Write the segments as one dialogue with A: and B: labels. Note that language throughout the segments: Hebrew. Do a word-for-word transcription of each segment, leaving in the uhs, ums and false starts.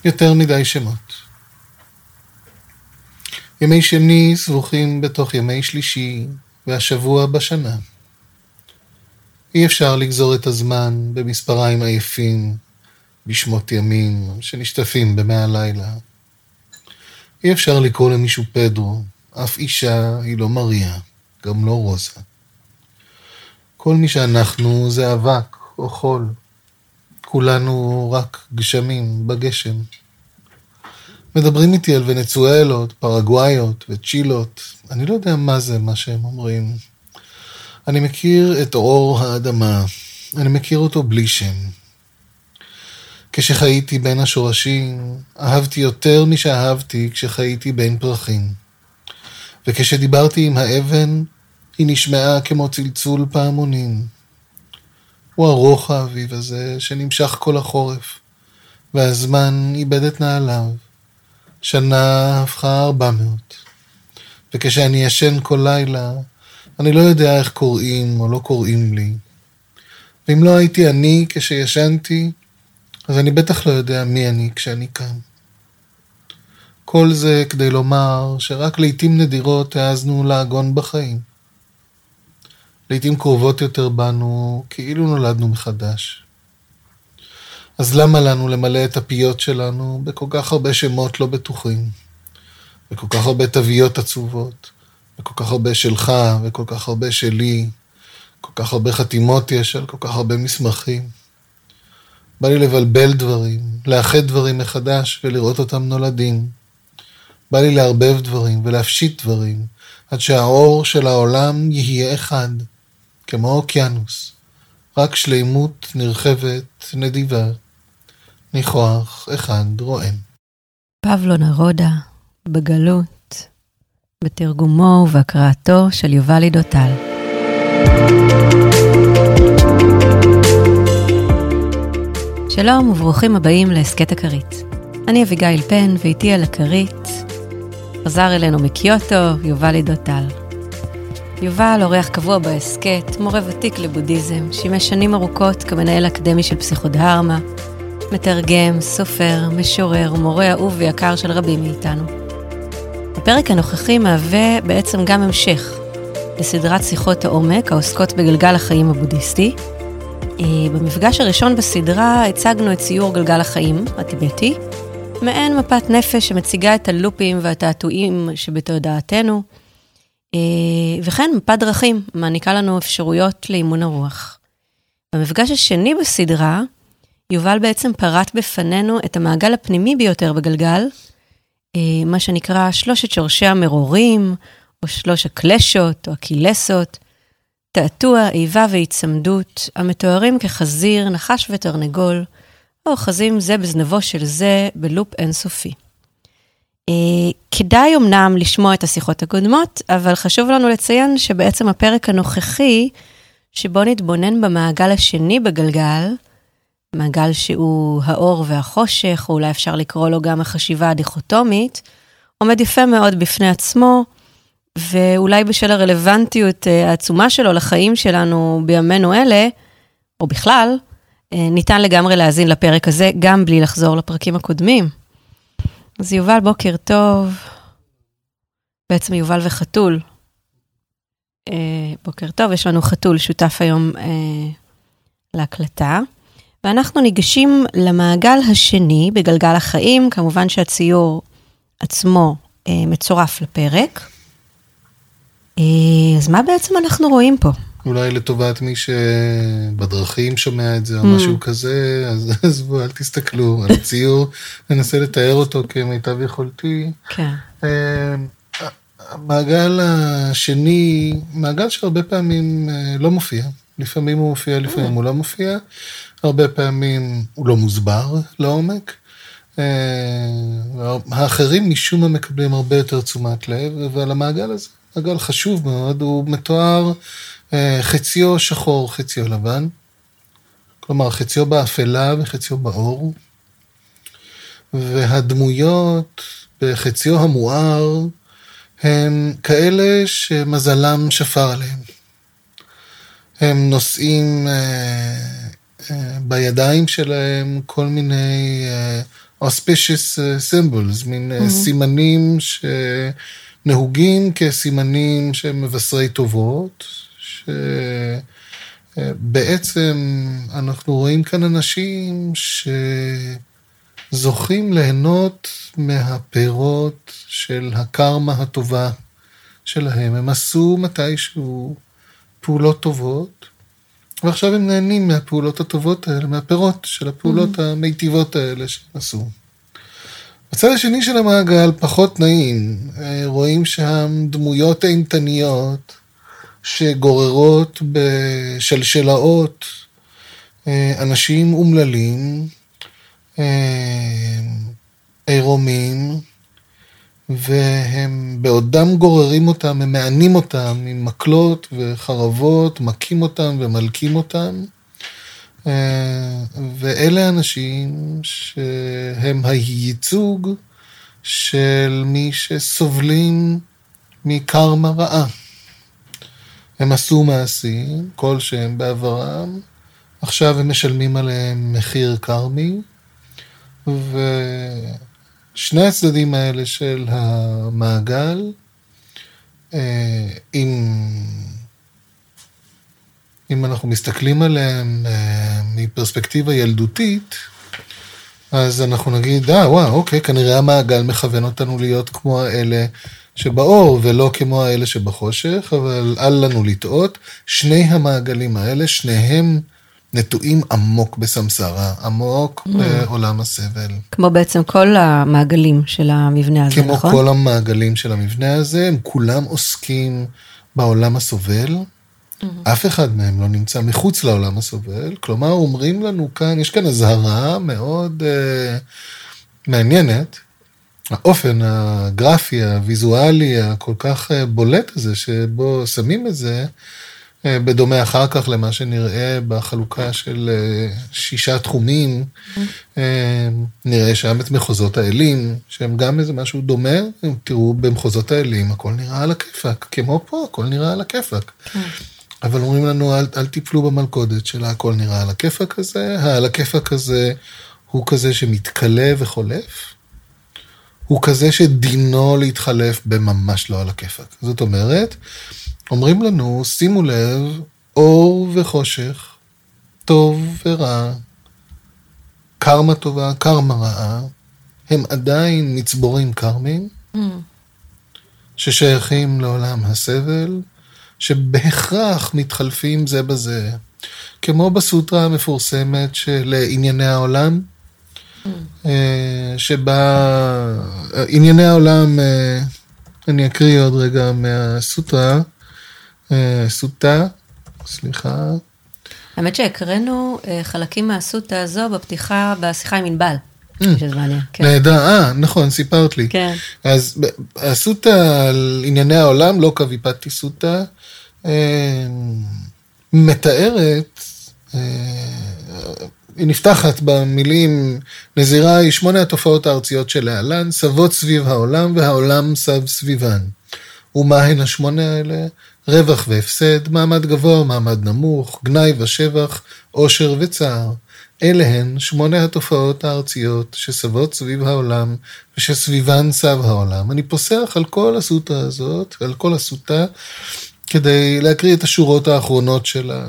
A: יותר מדי שמות. ימי שני סבוכים בתוך ימי שלישי, והשבוע בשנה. אי אפשר לגזור את הזמן במספריים עייפים, בשמות ימים שנשטפים במאה הלילה. אי אפשר לקרוא למישהו פדרו, אף אישה היא לא מריה, גם לא רוזה. כל מי שאנחנו זה אבק או חול. כולנו רק גשמים בגשם. מדברים איתי על ונצואלות, פרגואיות וצ'ילות. אני לא יודע מה זה מה שהם אומרים. אני מכיר את אור האדמה. אני מכיר אותו בלי שם. כשחייתי בין השורשים, אהבתי יותר משאהבתי כשחייתי בין פרחים. וכשדיברתי עם האבן, היא נשמעה כמו צלצול פעמונים. הוא ארוך האביב הזה שנמשך כל החורף, והזמן איבד את נעליו. שנה הפכה ארבע מאות. וכשאני ישן כל לילה, אני לא יודע איך קוראים או לא קוראים לי. ואם לא הייתי אני כשישנתי, אז אני בטח לא יודע מי אני כשאני כאן. כל זה כדי לומר שרק לעתים נדירות העזנו לעגון בחיים. לעתים קרובות יותר בנו כאילו נולדנו מחדש. אז למה לנו למלא את הפיות שלנו בכל כך הרבה שמות לא בטוחים, וכל כך הרבה תוויות עצובות, וכל כך הרבה שלך וכל כך הרבה שלי, כל כך הרבה חתימות יש על כל כך הרבה מסמכים. בא לי לבלבל דברים, לאחד דברים מחדש ולראות אותם נולדים. בא לי לערבב דברים ולהפשיט דברים, עד שהאור של העולם יהיה אחד, כמו אוקיינוס, רק שלימות נרחבת, נדיבה, ניחוח אחד רועם.
B: פבלו נרודה, בגלות, בתרגומו ובהקראתו של יובל דותל. שלום וברוכים הבאים להסכת הכרית. אני אביגיל פן ואיתי על הכרית חזר אלינו מקיוטו יובל דותל. יובל אורח קבוע בהסכת, מורה ותיק לבודהיזם, שימש שנים ארוכות כמנהל אקדמי של פסיכודהרמה, מתרגם, סופר, משורר ומורה אהוב ויקר של רבים מאיתנו. הפרק הנוכחי מהווה בעצם גם המשך לסדרת שיחות העומק העוסקות בגלגל החיים הבודהיסטי. במפגש הראשון בסדרה הצגנו את ציור גלגל החיים הטיבטי, מעין מפת נפש שמציגה את הלופים והתעתועים שבתודעתנו, וכן מפת דרכים מעניקה לנו אפשרויות לאימון הרוח. במפגש השני בסדרה, יובל בעצם פרט בפנינו את המעגל הפנימי ביותר בגלגל, מה שנקרא שלושת שורשי המרורים, או שלוש הקלשות, או הקילסות, תעתוע, איבה והצמדות, המתוארים כחזיר, נחש ותרנגול, או אוחזים זה בזנבו של זה בלופ אינסופי. כדאי אמנם לשמוע את השיחות הקודמות, אבל חשוב לנו לציין שבעצם הפרק הנוכחי, שבו נתבונן במעגל השני בגלגל, מעגל שהוא האור והחושך, או אולי אפשר לקרוא לו גם החשיבה הדיכוטומית, עומד יפה מאוד בפני עצמו, ואולי בשל הרלוונטיות העצומה שלו לחיים שלנו בימינו אלה, או בכלל, ניתן לגמרי להאזין לפרק הזה, גם בלי לחזור לפרקים הקודמים. אז יובל, בוקר טוב. בעצם יובל וחתול. בוקר טוב, יש לנו חתול שותף היום להקלטה. ואנחנו ניגשים למעגל השני בגלגל החיים, כמובן שהציור עצמו מצורף לפרק. אז מה בעצם אנחנו רואים פה?
A: אולי לטובת מי שבדרכים שומע את זה או משהו כזה, אז עזבו, אל תסתכלו על הציור, ננסה לתאר אותו כמיטב יכולתי.
B: כן.
A: המעגל השני, מעגל שהרבה פעמים לא מופיע, לפעמים הוא מופיע, לפעמים הוא לא מופיע, הרבה פעמים הוא לא מוסבר לעומק, האחרים משום מה מקבלים הרבה יותר תשומת לב, אבל המעגל הזה, מעגל חשוב מאוד, הוא מתואר חציו שחור, חציו לבן, כלומר חציו באפלה וחציו באור, והדמויות בחציו המואר הם כאלה שמזלם שפר עליהם. הם נושאים אה, אה, בידיים שלהם כל מיני אה, auspicious symbols, מין mm-hmm. סימנים שנהוגים כסימנים שמבשרי טובות, שבעצם אנחנו רואים כאן אנשים שזוכים ליהנות מהפירות של הקרמה הטובה שלהם. הם עשו מתישהו פעולות טובות, ועכשיו הם נהנים מהפעולות הטובות האלה, מהפירות של הפעולות mm-hmm. המיטיבות האלה שהם עשו. בצד השני של המעגל פחות נעים, רואים שם דמויות אימתניות שגוררות בשלשלאות אנשים אומללים, עירומים, והם בעודם גוררים אותם, הם מענים אותם עם מקלות וחרבות, מכים אותם ומלקים אותם. ואלה אנשים שהם הייצוג של מי שסובלים מקרמה רעה. הם עשו מעשים, כל שהם בעברם, עכשיו הם משלמים עליהם מחיר קרמי, ושני הצדדים האלה של המעגל, אם, אם אנחנו מסתכלים עליהם מפרספקטיבה ילדותית, אז אנחנו נגיד, אה, וואו, אוקיי, כנראה המעגל מכוון אותנו להיות כמו האלה שבאור, ולא כמו האלה שבחושך, אבל אל לנו לטעות, שני המעגלים האלה, שניהם נטועים עמוק בסמסרה, עמוק mm. בעולם הסבל. כמו
B: בעצם כל המעגלים של המבנה הזה,
A: כמו
B: נכון?
A: כמו כל המעגלים של המבנה הזה, הם כולם עוסקים בעולם הסובל, mm-hmm. אף אחד מהם לא נמצא מחוץ לעולם הסובל, כלומר אומרים לנו כאן, יש כאן הזהרה מאוד uh, מעניינת, האופן הגרפי, הוויזואלי, הכל כך בולט הזה, שבו שמים את זה, בדומה אחר כך למה שנראה בחלוקה של שישה תחומים, נראה שם את מחוזות האלים, שהם גם איזה משהו דומה, תראו במחוזות האלים, הכל נראה על הכיפק, כמו פה, הכל נראה על הכיפק. אבל אומרים לנו, אל, אל תיפלו במלכודת שלה, הכל נראה על הכיפק הזה, העל הכיפק הזה הוא כזה שמתקלה וחולף, הוא כזה שדינו להתחלף בממש לא על הכיפק. זאת אומרת, אומרים לנו, שימו לב, אור וחושך, טוב ורע, קרמה טובה, קרמה רעה, הם עדיין מצבורים קרמים, mm. ששייכים לעולם הסבל, שבהכרח מתחלפים זה בזה, כמו בסוטרה המפורסמת של ענייני העולם, mm. שבה ענייני העולם, אני אקריא עוד רגע מהסוטרה, סוטה, סליחה.
B: האמת שהקראנו חלקים מהסוטה הזו בפתיחה, בשיחה עם ענבל.
A: נהדר, אה, נכון, סיפרת לי. כן. אז הסוטה על ענייני העולם, לא כביפתי סוטה, מתארת, היא נפתחת במילים, נזירה היא שמונה התופעות הארציות של העלן, סבות סביב העולם והעולם סב סביבן. ומה הן השמונה האלה? רווח והפסד, מעמד גבוה, מעמד נמוך, גנאי ושבח, עושר וצער. אלה הן שמונה התופעות הארציות שסבות סביב העולם ושסביבן סב העולם. אני פוסח על כל הסוטה הזאת, על כל הסוטה, כדי להקריא את השורות האחרונות שלה.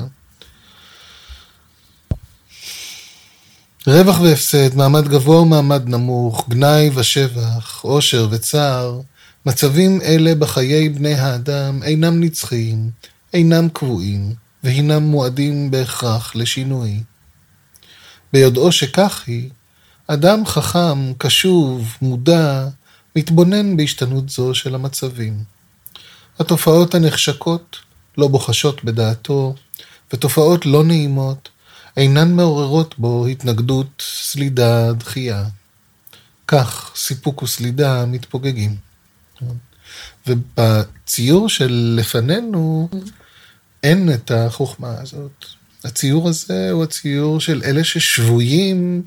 A: רווח והפסד, מעמד גבוה ומעמד נמוך, גנאי ושבח, עושר וצער, מצבים אלה בחיי בני האדם אינם נצחיים, אינם קבועים, והינם מועדים בהכרח לשינוי. ביודעו שכך היא, אדם חכם, קשוב, מודע, מתבונן בהשתנות זו של המצבים. התופעות הנחשקות לא בוחשות בדעתו, ותופעות לא נעימות אינן מעוררות בו התנגדות, סלידה, דחייה. כך סיפוק וסלידה מתפוגגים. ובציור של לפנינו אין את החוכמה הזאת. הציור הזה הוא הציור של אלה ששבויים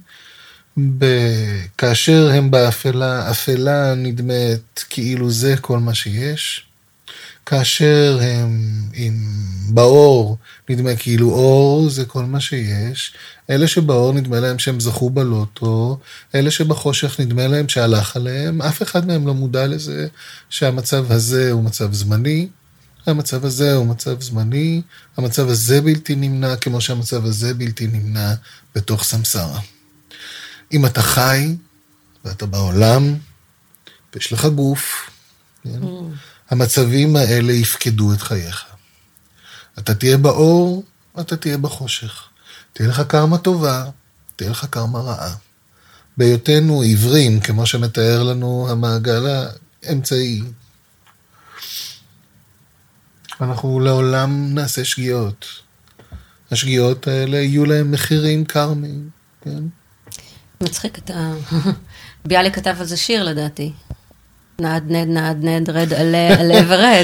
A: כאשר הם באפלה, אפלה נדמת כאילו זה כל מה שיש. כאשר הם עם באור, נדמה כאילו אור זה כל מה שיש, אלה שבאור נדמה להם שהם זכו בלוטו, אלה שבחושך נדמה להם שהלך עליהם, אף אחד מהם לא מודע לזה שהמצב הזה הוא מצב זמני, המצב הזה הוא מצב זמני, המצב הזה בלתי נמנע, כמו שהמצב הזה בלתי נמנע בתוך סמסרה. אם אתה חי, ואתה בעולם, ויש לך גוף, כן? המצבים האלה יפקדו את חייך. אתה תהיה באור, אתה תהיה בחושך. תהיה לך קרמה טובה, תהיה לך קרמה רעה. בהיותנו עיוורים, כמו שמתאר לנו המעגל האמצעי, אנחנו לעולם נעשה שגיאות. השגיאות האלה יהיו להם מחירים קרמיים, כן?
B: מצחיק, אתה... ביאליק כתב על זה שיר לדעתי. נעד נד, נעד נד, רד עלה, עלה ורד.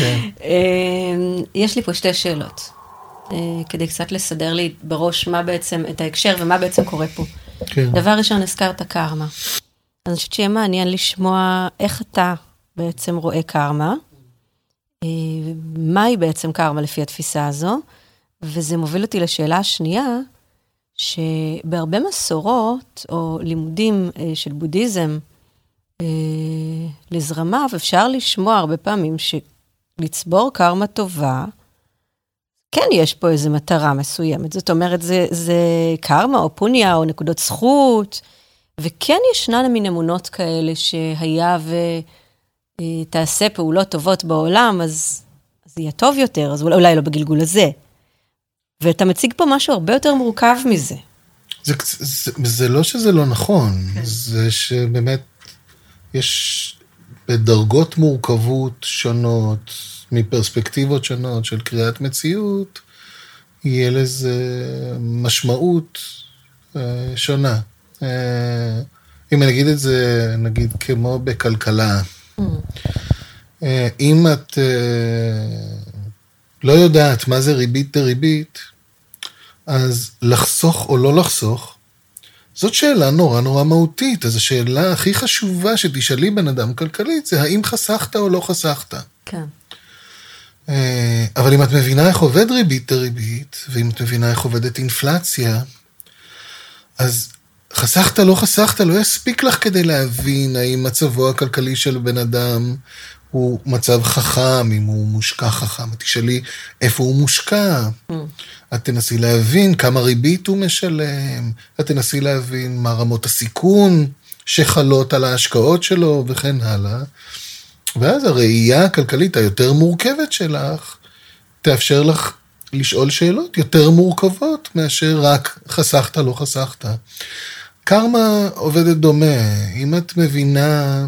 B: יש לי פה שתי שאלות, כדי קצת לסדר לי בראש מה בעצם, את ההקשר ומה בעצם קורה פה. דבר ראשון, הזכרת קרמה. אז אני חושבת שיהיה מעניין לשמוע איך אתה בעצם רואה קרמה, מהי בעצם קרמה לפי התפיסה הזו, וזה מוביל אותי לשאלה השנייה, שבהרבה מסורות או לימודים של בודהיזם לזרמיו, אפשר לשמוע הרבה פעמים שלצבור קרמה טובה, כן יש פה איזו מטרה מסוימת, זאת אומרת זה, זה קרמה או פוניה או נקודות זכות, וכן ישנן מין אמונות כאלה שהיה ותעשה פעולות טובות בעולם, אז, אז יהיה טוב יותר, אז אולי לא בגלגול הזה. ואתה מציג פה משהו הרבה יותר מורכב מזה.
A: זה, זה, זה לא שזה לא נכון, כן. זה שבאמת יש בדרגות מורכבות שונות, מפרספקטיבות שונות של קריאת מציאות, יהיה לזה משמעות אה, שונה. אה, אם אני אגיד את זה, נגיד כמו בכלכלה, mm. אה, אם את אה, לא יודעת מה זה ריבית דריבית, אז לחסוך או לא לחסוך, זאת שאלה נורא נורא מהותית. אז השאלה הכי חשובה שתשאלי בן אדם כלכלית, זה האם חסכת או לא חסכת.
B: כן.
A: אבל אם את מבינה איך עובד ריבית דריבית, ואם את מבינה איך עובדת אינפלציה, אז חסכת לא חסכת, לא יספיק לך כדי להבין האם מצבו הכלכלי של בן אדם הוא מצב חכם, אם הוא מושקע חכם. תשאלי איפה הוא מושקע. Mm. את תנסי להבין כמה ריבית הוא משלם, את תנסי להבין מה רמות הסיכון שחלות על ההשקעות שלו וכן הלאה. ואז הראייה הכלכלית היותר מורכבת שלך תאפשר לך לשאול שאלות יותר מורכבות מאשר רק חסכת לא חסכת. קרמה עובדת דומה. אם את מבינה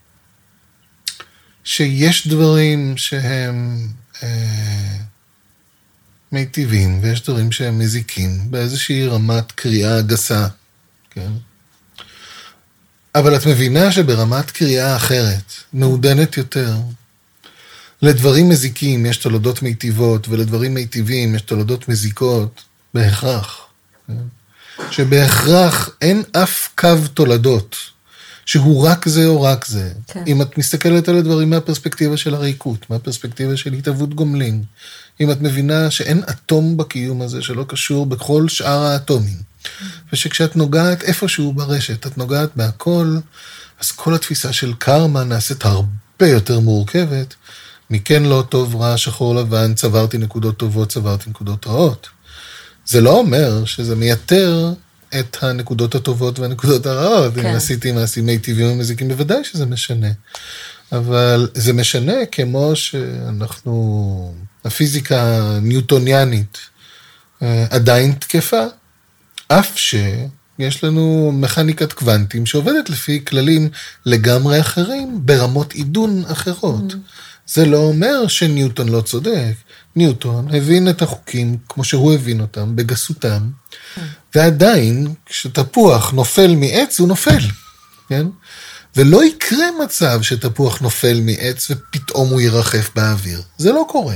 A: שיש דברים שהם אה, מיטיבים, ויש דברים שהם מזיקים, באיזושהי רמת קריאה גסה, כן? אבל את מבינה שברמת קריאה אחרת, מעודנת יותר, לדברים מזיקים יש תולדות מיטיבות, ולדברים מיטיבים יש תולדות מזיקות, בהכרח. כן? שבהכרח אין אף קו תולדות, שהוא רק זה או רק זה. כן. אם את מסתכלת על הדברים מהפרספקטיבה של הריקות, מהפרספקטיבה של התהוות גומלין, אם את מבינה שאין אטום בקיום הזה שלא קשור בכל שאר האטומים, ושכשאת נוגעת איפשהו ברשת, את נוגעת בהכל, אז כל התפיסה של קרמה נעשית הרבה יותר מורכבת, מכן לא טוב, רע, שחור לבן, צברתי נקודות טובות, צברתי נקודות רעות. זה לא אומר שזה מייתר את הנקודות הטובות והנקודות הרעות. כן. אם עשיתי מעשים מיטיבים ומזיקים, בוודאי שזה משנה. אבל זה משנה כמו שאנחנו, הפיזיקה הניוטוניאנית עדיין תקפה, אף שיש לנו מכניקת קוונטים שעובדת לפי כללים לגמרי אחרים, ברמות עידון אחרות. Mm. זה לא אומר שניוטון לא צודק. ניוטון הבין את החוקים כמו שהוא הבין אותם, בגסותם, mm. ועדיין כשתפוח נופל מעץ הוא נופל, כן? ולא יקרה מצב שתפוח נופל מעץ ופתאום הוא ירחף באוויר. זה לא קורה.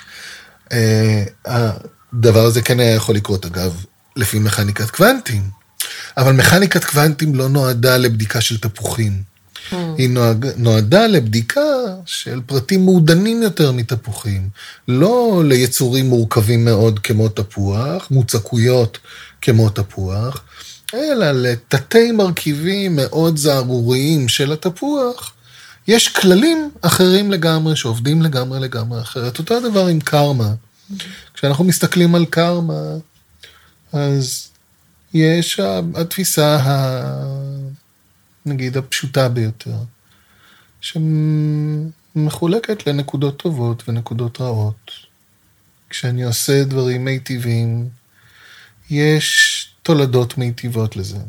A: הדבר הזה כן היה יכול לקרות, אגב, לפי מכניקת קוונטים. אבל מכניקת קוונטים לא נועדה לבדיקה של תפוחים. היא נועד, נועדה לבדיקה של פרטים מעודנים יותר מתפוחים, לא ליצורים מורכבים מאוד כמו תפוח, מוצקויות כמו תפוח, אלא לתתי מרכיבים מאוד זערוריים של התפוח, יש כללים אחרים לגמרי, שעובדים לגמרי לגמרי אחרת. אותו הדבר עם קרמה. כשאנחנו מסתכלים על קרמה, אז יש התפיסה, ה... נגיד, הפשוטה ביותר, שמחולקת לנקודות טובות ונקודות רעות. כשאני עושה דברים מיטיבים, יש תולדות מיטיבות לזה.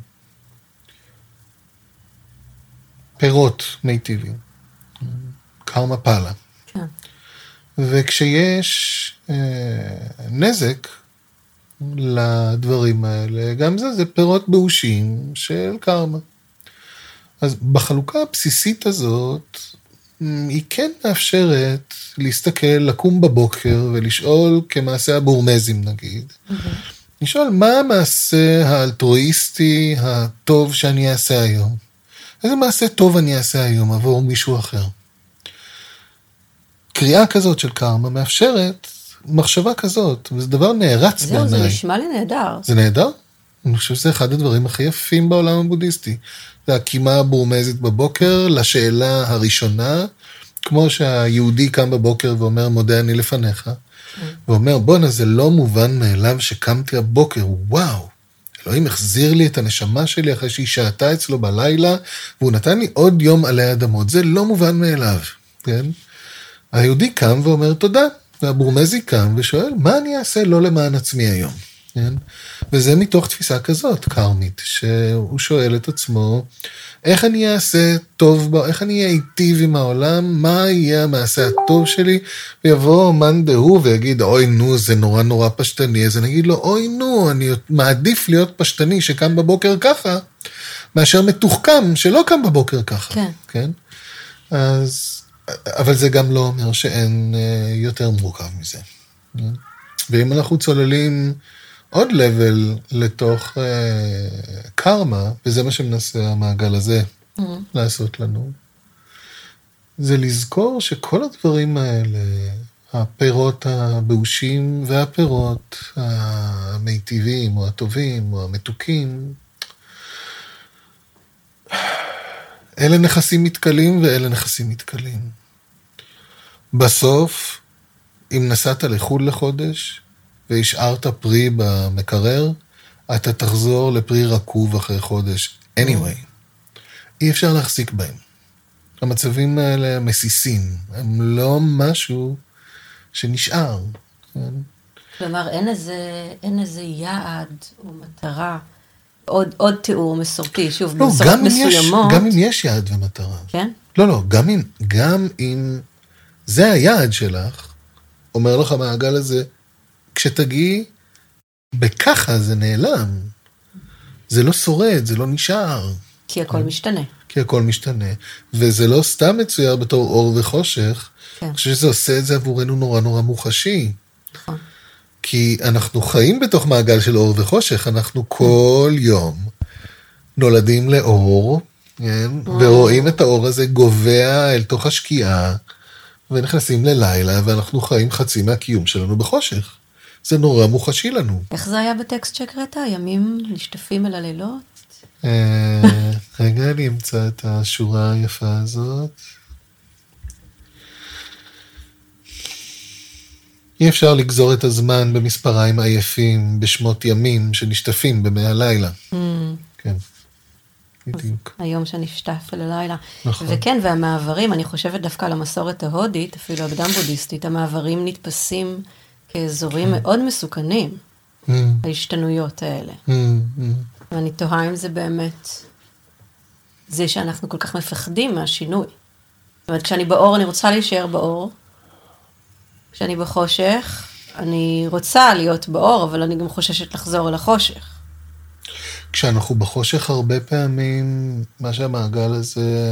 A: פירות מיטיבים. קרמה פאלה. כן. וכשיש אה, נזק לדברים האלה, גם זה, זה פירות באושים של קרמה. אז בחלוקה הבסיסית הזאת, היא כן מאפשרת להסתכל, לקום בבוקר ולשאול כמעשה הבורמזים נגיד. Mm-hmm. לשאול מה המעשה האלטרואיסטי הטוב שאני אעשה היום. איזה מעשה טוב אני אעשה היום עבור מישהו אחר. קריאה כזאת של קרמה מאפשרת מחשבה כזאת, וזה דבר נערץ בעיניי.
B: זהו, זה נשמע לי נהדר.
A: זה נהדר? אני חושב שזה אחד הדברים הכי יפים בעולם הבודהיסטי. זה הקימה הבורמזית בבוקר לשאלה הראשונה, כמו שהיהודי קם בבוקר ואומר, מודה אני לפניך, ואומר, בוא'נה, זה לא מובן מאליו שקמתי הבוקר, וואו, אלוהים החזיר לי את הנשמה שלי אחרי שהיא שעתה אצלו בלילה, והוא נתן לי עוד יום עלי אדמות, זה לא מובן מאליו, כן? היהודי קם ואומר תודה, והבורמזי קם ושואל, מה אני אעשה לא למען עצמי היום? כן? וזה מתוך תפיסה כזאת, קרמית, שהוא שואל את עצמו, איך אני אעשה טוב, איך אני אייטיב עם העולם, מה יהיה המעשה הטוב שלי, ויבוא מאן דהוא ויגיד, אוי נו, זה נורא נורא פשטני, אז אני אגיד לו, אוי נו, אני מעדיף להיות פשטני שקם בבוקר ככה, מאשר מתוחכם שלא קם בבוקר ככה.
B: כן.
A: כן? אז, אבל זה גם לא אומר שאין יותר מורכב מזה. ואם אנחנו צוללים עוד לבל לתוך אה, קרמה, וזה מה שמנסה המעגל הזה mm-hmm. לעשות לנו, זה לזכור שכל הדברים האלה, הפירות הבאושים והפירות המיטיבים או הטובים או המתוקים, אלה נכסים מתקלים ואלה נכסים מתקלים. בסוף, אם נסעת לחול לחודש, והשארת פרי במקרר, אתה תחזור לפרי רקוב אחרי חודש. anyway, אי אפשר להחזיק בהם. המצבים האלה מסיסים, הם לא משהו שנשאר.
B: כלומר, אין איזה, אין איזה יעד או מטרה, עוד, עוד תיאור מסורתי, שוב,
A: לא,
B: מסורות
A: גם
B: מסוימות.
A: יש, גם אם יש יעד ומטרה.
B: כן?
A: לא, לא, גם אם, גם אם זה היעד שלך, אומר לך המעגל הזה, כשתגיעי, בככה זה נעלם. זה לא שורד, זה לא נשאר.
B: כי הכל משתנה.
A: כי הכל משתנה. וזה לא סתם מצויר בתור אור וחושך, כן. אני חושב שזה עושה את זה עבורנו נורא נורא מוחשי.
B: נכון.
A: כי אנחנו חיים בתוך מעגל של אור וחושך, אנחנו כל יום נולדים לאור, כן? ורואים את האור הזה גובע אל תוך השקיעה, ונכנסים ללילה, ואנחנו חיים חצי מהקיום שלנו בחושך. זה נורא מוחשי לנו.
B: איך זה היה בטקסט שקראת? ימים נשטפים אל הלילות?
A: רגע, אני אמצא את השורה היפה הזאת. אי אפשר לגזור את הזמן במספריים עייפים, בשמות ימים שנשטפים במי הלילה. כן, בדיוק.
B: היום שנשטף אל הלילה.
A: נכון.
B: וכן, והמעברים, אני חושבת דווקא על המסורת ההודית, אפילו הבדם בודהיסטית, המעברים נתפסים כאזורים מאוד מסוכנים, ההשתנויות האלה. ואני תוהה אם זה באמת זה שאנחנו כל כך מפחדים מהשינוי. זאת אומרת, כשאני באור, אני רוצה להישאר באור. כשאני בחושך, אני רוצה להיות באור, אבל אני גם חוששת לחזור אל החושך.
A: כשאנחנו בחושך הרבה פעמים, מה שהמעגל הזה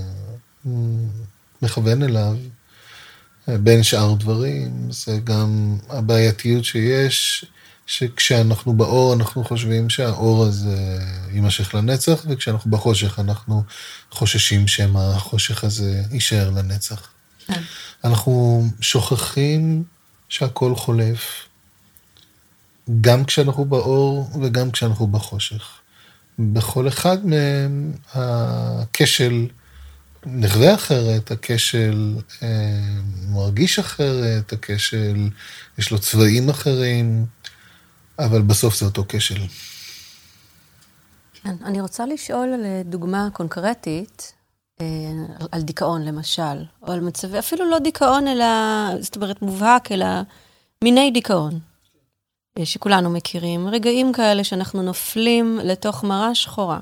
A: מכוון אליו, בין שאר דברים, זה גם הבעייתיות שיש שכשאנחנו באור אנחנו חושבים שהאור הזה יימשך לנצח, וכשאנחנו בחושך אנחנו חוששים שמה החושך הזה יישאר לנצח. אנחנו שוכחים שהכל חולף, גם כשאנחנו באור וגם כשאנחנו בחושך. בכל אחד מהם הכשל נחווה אחרת, הכשל אה, מרגיש אחרת, הכשל יש לו צבעים אחרים, אבל בסוף זה אותו כשל.
B: כן, אני רוצה לשאול על דוגמה קונקרטית, אה, על דיכאון למשל, או על מצבי, אפילו לא דיכאון, אלא, זאת אומרת, מובהק, אלא מיני דיכאון, שכולנו מכירים, רגעים כאלה שאנחנו נופלים לתוך מראה שחורה.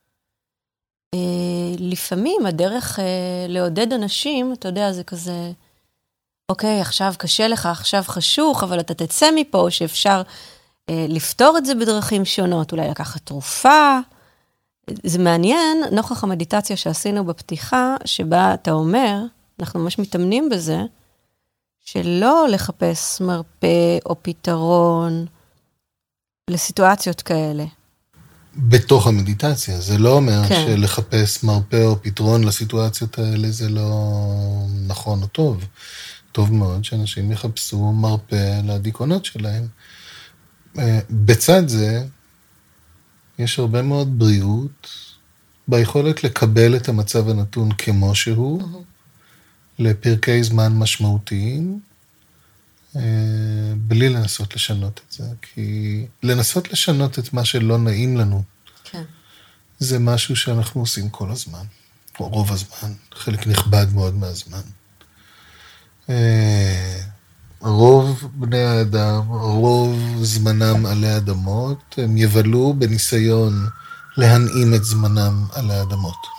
B: לפעמים הדרך לעודד אנשים, אתה יודע, זה כזה, אוקיי, עכשיו קשה לך, עכשיו חשוך, אבל אתה תצא מפה, שאפשר לפתור את זה בדרכים שונות, אולי לקחת תרופה. זה מעניין, נוכח המדיטציה שעשינו בפתיחה, שבה אתה אומר, אנחנו ממש מתאמנים בזה, שלא לחפש מרפא או פתרון לסיטואציות כאלה.
A: בתוך המדיטציה, זה לא אומר
B: כן.
A: שלחפש מרפא או פתרון לסיטואציות האלה זה לא נכון או טוב. טוב מאוד שאנשים יחפשו מרפא לדיכאונות שלהם. בצד זה, יש הרבה מאוד בריאות ביכולת לקבל את המצב הנתון כמו שהוא, mm-hmm. לפרקי זמן משמעותיים, בלי לנסות לשנות את זה. כי לנסות לשנות את מה שלא נעים לנו, כן. זה משהו שאנחנו עושים כל הזמן, או רוב הזמן, חלק נכבד מאוד מהזמן. רוב בני האדם, רוב זמנם עלי אדמות, הם יבלו בניסיון להנעים את זמנם על האדמות.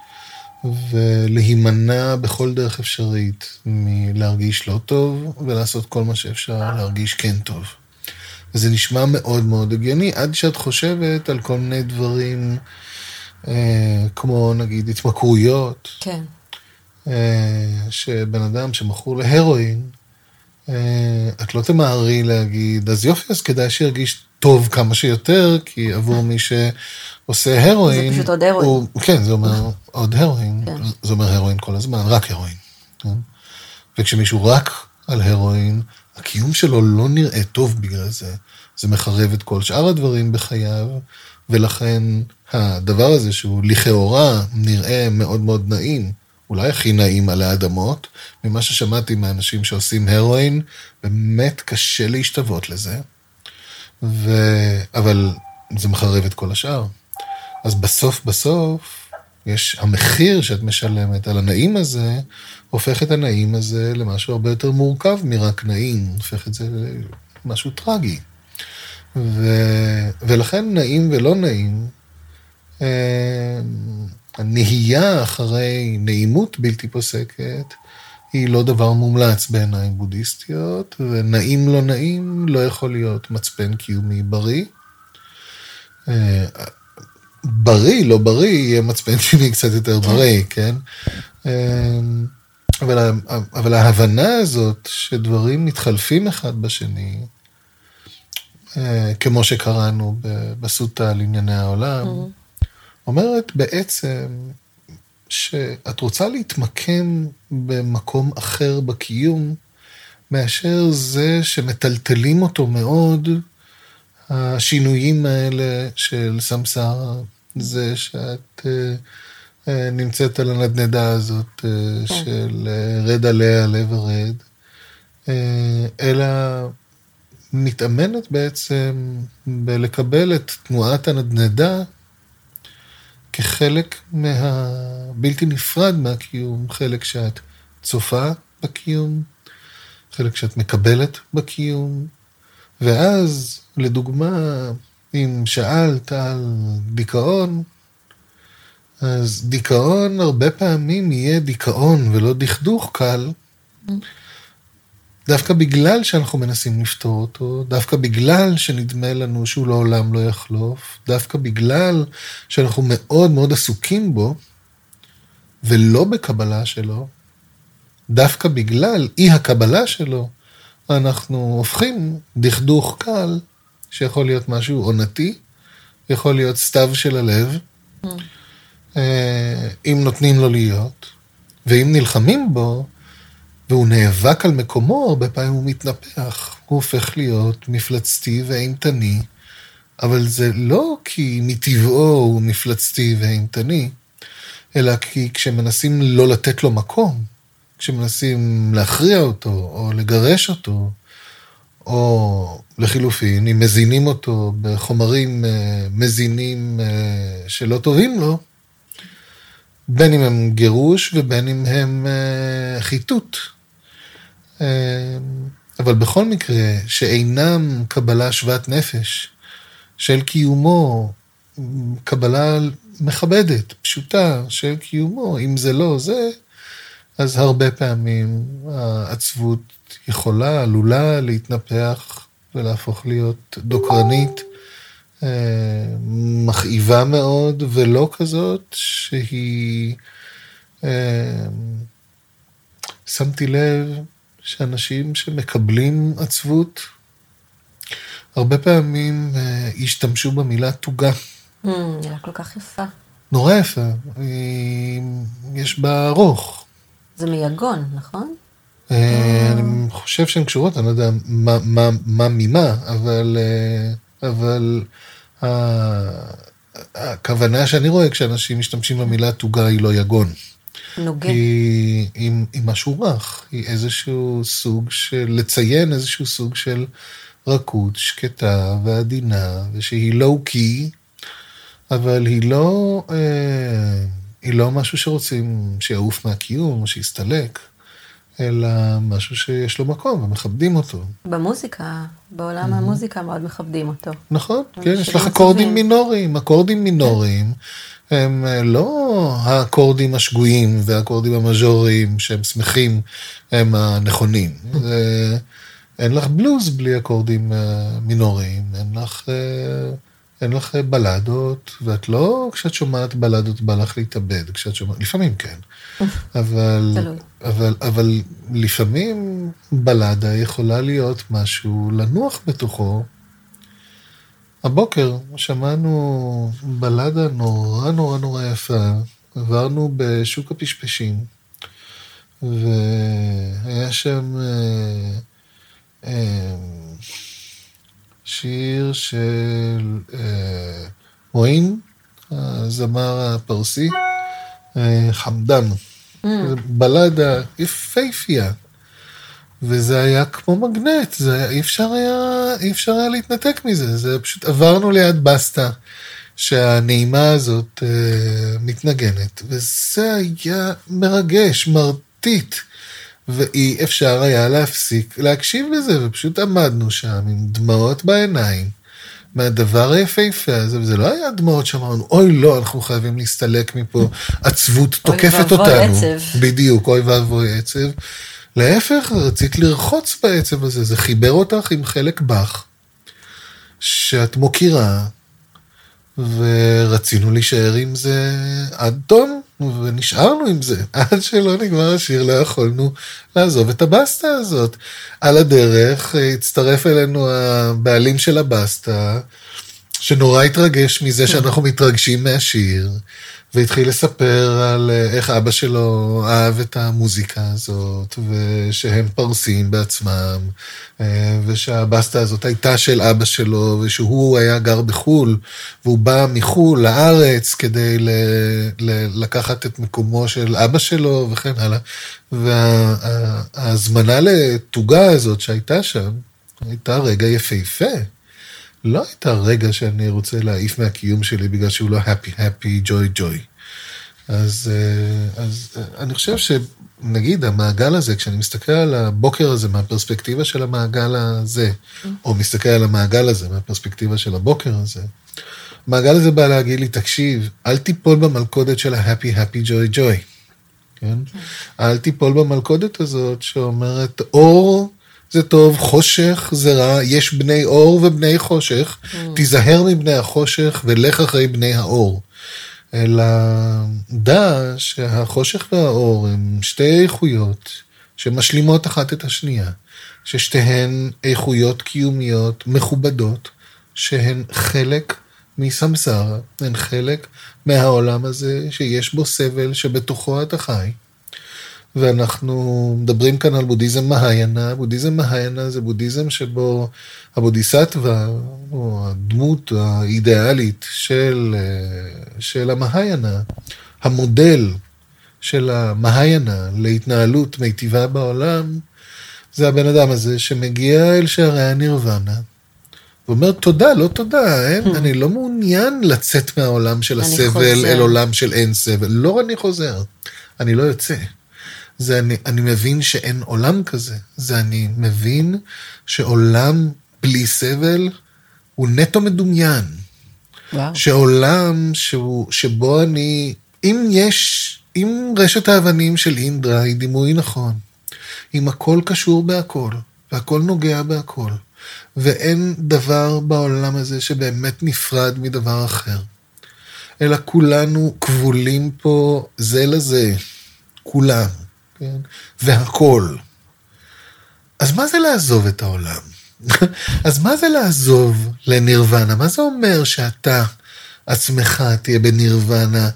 A: ולהימנע בכל דרך אפשרית מלהרגיש לא טוב, ולעשות כל מה שאפשר להרגיש כן טוב. וזה נשמע מאוד מאוד הגיוני, עד שאת חושבת על כל מיני דברים, אה, כמו נגיד התמכרויות,
B: כן.
A: אה, שבן אדם שמכור להרואין, אה, את לא תמהרי להגיד, אז יופי, אז כדאי שירגיש טוב כמה שיותר, כי עבור מי שעושה הרואין,
B: זה פשוט עוד הרואין.
A: הוא, כן, זה אומר עוד הרואין, כן. זה אומר הרואין כל הזמן, רק הרואין. כן? וכשמישהו רק על הרואין, הקיום שלו לא נראה טוב בגלל זה. זה מחרב את כל שאר הדברים בחייו, ולכן הדבר הזה שהוא לכאורה נראה מאוד מאוד נעים, אולי הכי נעים על האדמות, ממה ששמעתי מהאנשים שעושים הרואין, באמת קשה להשתוות לזה, ו... אבל זה מחרב את כל השאר. אז בסוף בסוף, יש המחיר שאת משלמת על הנעים הזה, הופך את הנעים הזה למשהו הרבה יותר מורכב מרק נעים, הופך את זה למשהו טרגי. ו... ולכן נעים ולא נעים, הנהייה אחרי נעימות בלתי פוסקת, היא לא דבר מומלץ בעיניים בודהיסטיות, ונעים לא נעים לא יכול להיות מצפן קיומי בריא. בריא, לא בריא, יהיה מצפן קיומי קצת יותר בריא, כן? אבל, אבל ההבנה הזאת שדברים מתחלפים אחד בשני, כמו שקראנו בסוטה על ענייני העולם, אומרת בעצם שאת רוצה להתמקם במקום אחר בקיום, מאשר זה שמטלטלים אותו מאוד, השינויים האלה של סמסרה, זה שאת uh, נמצאת על הנדנדה הזאת uh, של uh, רד עליה לב הרד, uh, אלא מתאמנת בעצם בלקבל את תנועת הנדנדה, כחלק מהבלתי נפרד מהקיום, חלק שאת צופה בקיום, חלק שאת מקבלת בקיום, ואז, לדוגמה, אם שאלת על דיכאון, אז דיכאון הרבה פעמים יהיה דיכאון ולא דכדוך קל, דווקא בגלל שאנחנו מנסים לפתור אותו, דווקא בגלל שנדמה לנו שהוא לעולם לא יחלוף, דווקא בגלל שאנחנו מאוד מאוד עסוקים בו, ולא בקבלה שלו, דווקא בגלל אי הקבלה שלו, אנחנו הופכים דכדוך קל שיכול להיות משהו עונתי, יכול להיות סתיו של הלב, אם נותנים לו להיות, ואם נלחמים בו, והוא נאבק על מקומו, הרבה פעמים הוא מתנפח, הוא הופך להיות מפלצתי ואימתני, אבל זה לא כי מטבעו הוא מפלצתי ואימתני, אלא כי כשמנסים לא לתת לו מקום, כשמנסים להכריע אותו, או לגרש אותו, או לחילופין, אם מזינים אותו בחומרים מזינים שלא טובים לו, בין אם הם גירוש ובין אם הם חיתות. אבל בכל מקרה, שאינם קבלה שוות נפש, של קיומו, קבלה מכבדת, פשוטה של קיומו, אם זה לא זה, אז הרבה פעמים העצבות יכולה, עלולה להתנפח ולהפוך להיות דוקרנית, מכאיבה מאוד, ולא כזאת שהיא, שמתי לב שאנשים שמקבלים עצבות, הרבה פעמים השתמשו במילה תוגה.
B: מילה כל כך יפה.
A: נורא יפה, יש בה ארוך.
B: זה מיגון, נכון?
A: אני חושב שהן קשורות, אני לא יודע מה ממה, אבל... אבל הכוונה שאני רואה כשאנשים משתמשים במילה תוגה היא לא יגון.
B: נוגה.
A: היא, היא, היא משהו רך, היא איזשהו סוג של, לציין איזשהו סוג של רכות, שקטה ועדינה, ושהיא לואו-קי, אבל היא לא, אה, היא לא משהו שרוצים שיעוף מהקיום או שיסתלק, אלא משהו שיש לו מקום ומכבדים אותו.
B: במוזיקה, בעולם המוזיקה מאוד מכבדים אותו.
A: נכון, כן, יש לך אקורדים מינוריים. אקורדים מינוריים הם לא האקורדים השגויים והאקורדים המז'וריים שהם שמחים, הם הנכונים. אין לך בלוז בלי אקורדים מינוריים, אין לך... אין לך בלדות, ואת לא, כשאת שומעת בלדות, בא לך להתאבד, כשאת שומעת, לפעמים כן. אבל, אבל, אבל לפעמים בלדה יכולה להיות משהו לנוח בתוכו. הבוקר שמענו בלדה נורא נורא נורא יפה, עברנו בשוק הפשפשים, והיה שם... אה, אה, שיר של אה, מועין, הזמר הפרסי, אה, חמדן. Mm. בלדה יפהפייה. וזה היה כמו מגנט, זה היה, אי אפשר היה, אי אפשר היה להתנתק מזה, זה פשוט עברנו ליד בסטה, שהנעימה הזאת אה, מתנגנת, וזה היה מרגש, מרטיט, ואי אפשר היה להפסיק להקשיב לזה, ופשוט עמדנו שם עם דמעות בעיניים, מהדבר היפהפה הזה, וזה לא היה דמעות שאמרנו, אוי לא, אנחנו חייבים להסתלק מפה, עצבות תוקפת אותנו. אוי ואבוי עצב. בדיוק, אוי ואבוי עצב. להפך, רצית לרחוץ בעצב הזה, זה חיבר אותך עם חלק בך, שאת מוכירה, ורצינו להישאר עם זה עד תום, ונשארנו עם זה, עד שלא נגמר השיר, לא יכולנו לעזוב את הבסטה הזאת. על הדרך הצטרף אלינו הבעלים של הבסטה, שנורא התרגש מזה שאנחנו מתרגשים מהשיר, והתחיל לספר על איך אבא שלו אהב את המוזיקה הזאת, ושהם פרסים בעצמם, ושהבסטה הזאת הייתה של אבא שלו, ושהוא היה גר בחול, והוא בא מחול לארץ כדי ל- ל- לקחת את מקומו של אבא שלו, וכן הלאה. וההזמנה לתוגה הזאת שהייתה שם, הייתה רגע יפהפה. לא הייתה רגע שאני רוצה להעיף מהקיום שלי, בגלל שהוא לא happy, happy, joy, joy. אז, אז אני חושב שנגיד המעגל הזה, כשאני מסתכל על הבוקר הזה מהפרספקטיבה של המעגל הזה, או מסתכל על המעגל הזה מהפרספקטיבה של הבוקר הזה, המעגל הזה בא להגיד לי, תקשיב, אל תיפול במלכודת של ה-happy, happy, joy, joy. כן? אל תיפול במלכודת הזאת שאומרת, אור, זה טוב, חושך זה רע, יש בני אור ובני חושך, mm. תיזהר מבני החושך ולך אחרי בני האור. אלא דע שהחושך והאור הם שתי איכויות שמשלימות אחת את השנייה, ששתיהן איכויות קיומיות מכובדות, שהן חלק מסמסרה, הן חלק מהעולם הזה שיש בו סבל שבתוכו אתה חי. ואנחנו מדברים כאן על בודהיזם מהיינה. בודהיזם מהיינה זה בודהיזם שבו הבודיסטווה, או הדמות האידיאלית של, של המהיינה, המודל של המהיינה להתנהלות מיטיבה בעולם, זה הבן אדם הזה שמגיע אל שערי הנירוונה, ואומר תודה, לא תודה, אין, אני לא מעוניין לצאת מהעולם של הסבל אל עולם של אין סבל. לא אני חוזר, אני לא יוצא. זה אני, אני מבין שאין עולם כזה. זה אני מבין שעולם בלי סבל הוא נטו מדומיין.
B: וואו.
A: שעולם שהוא, שבו אני, אם יש, אם רשת האבנים של אינדרה היא דימוי נכון, אם הכל קשור בהכל, והכל נוגע בהכל, ואין דבר בעולם הזה שבאמת נפרד מדבר אחר, אלא כולנו כבולים פה זה לזה, כולם, כן? והכל. אז מה זה לעזוב את העולם? אז מה זה לעזוב לנירוונה? מה זה אומר שאתה עצמך תהיה בנירוונה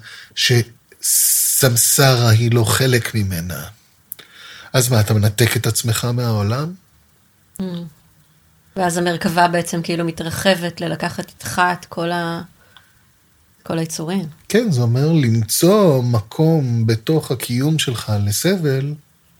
A: שסמסרה היא לא חלק ממנה? אז מה, אתה מנתק את עצמך מהעולם?
B: ואז המרכבה בעצם כאילו מתרחבת ללקחת איתך את כל ה... כל היצורים.
A: כן, זה אומר למצוא מקום בתוך הקיום שלך לסבל,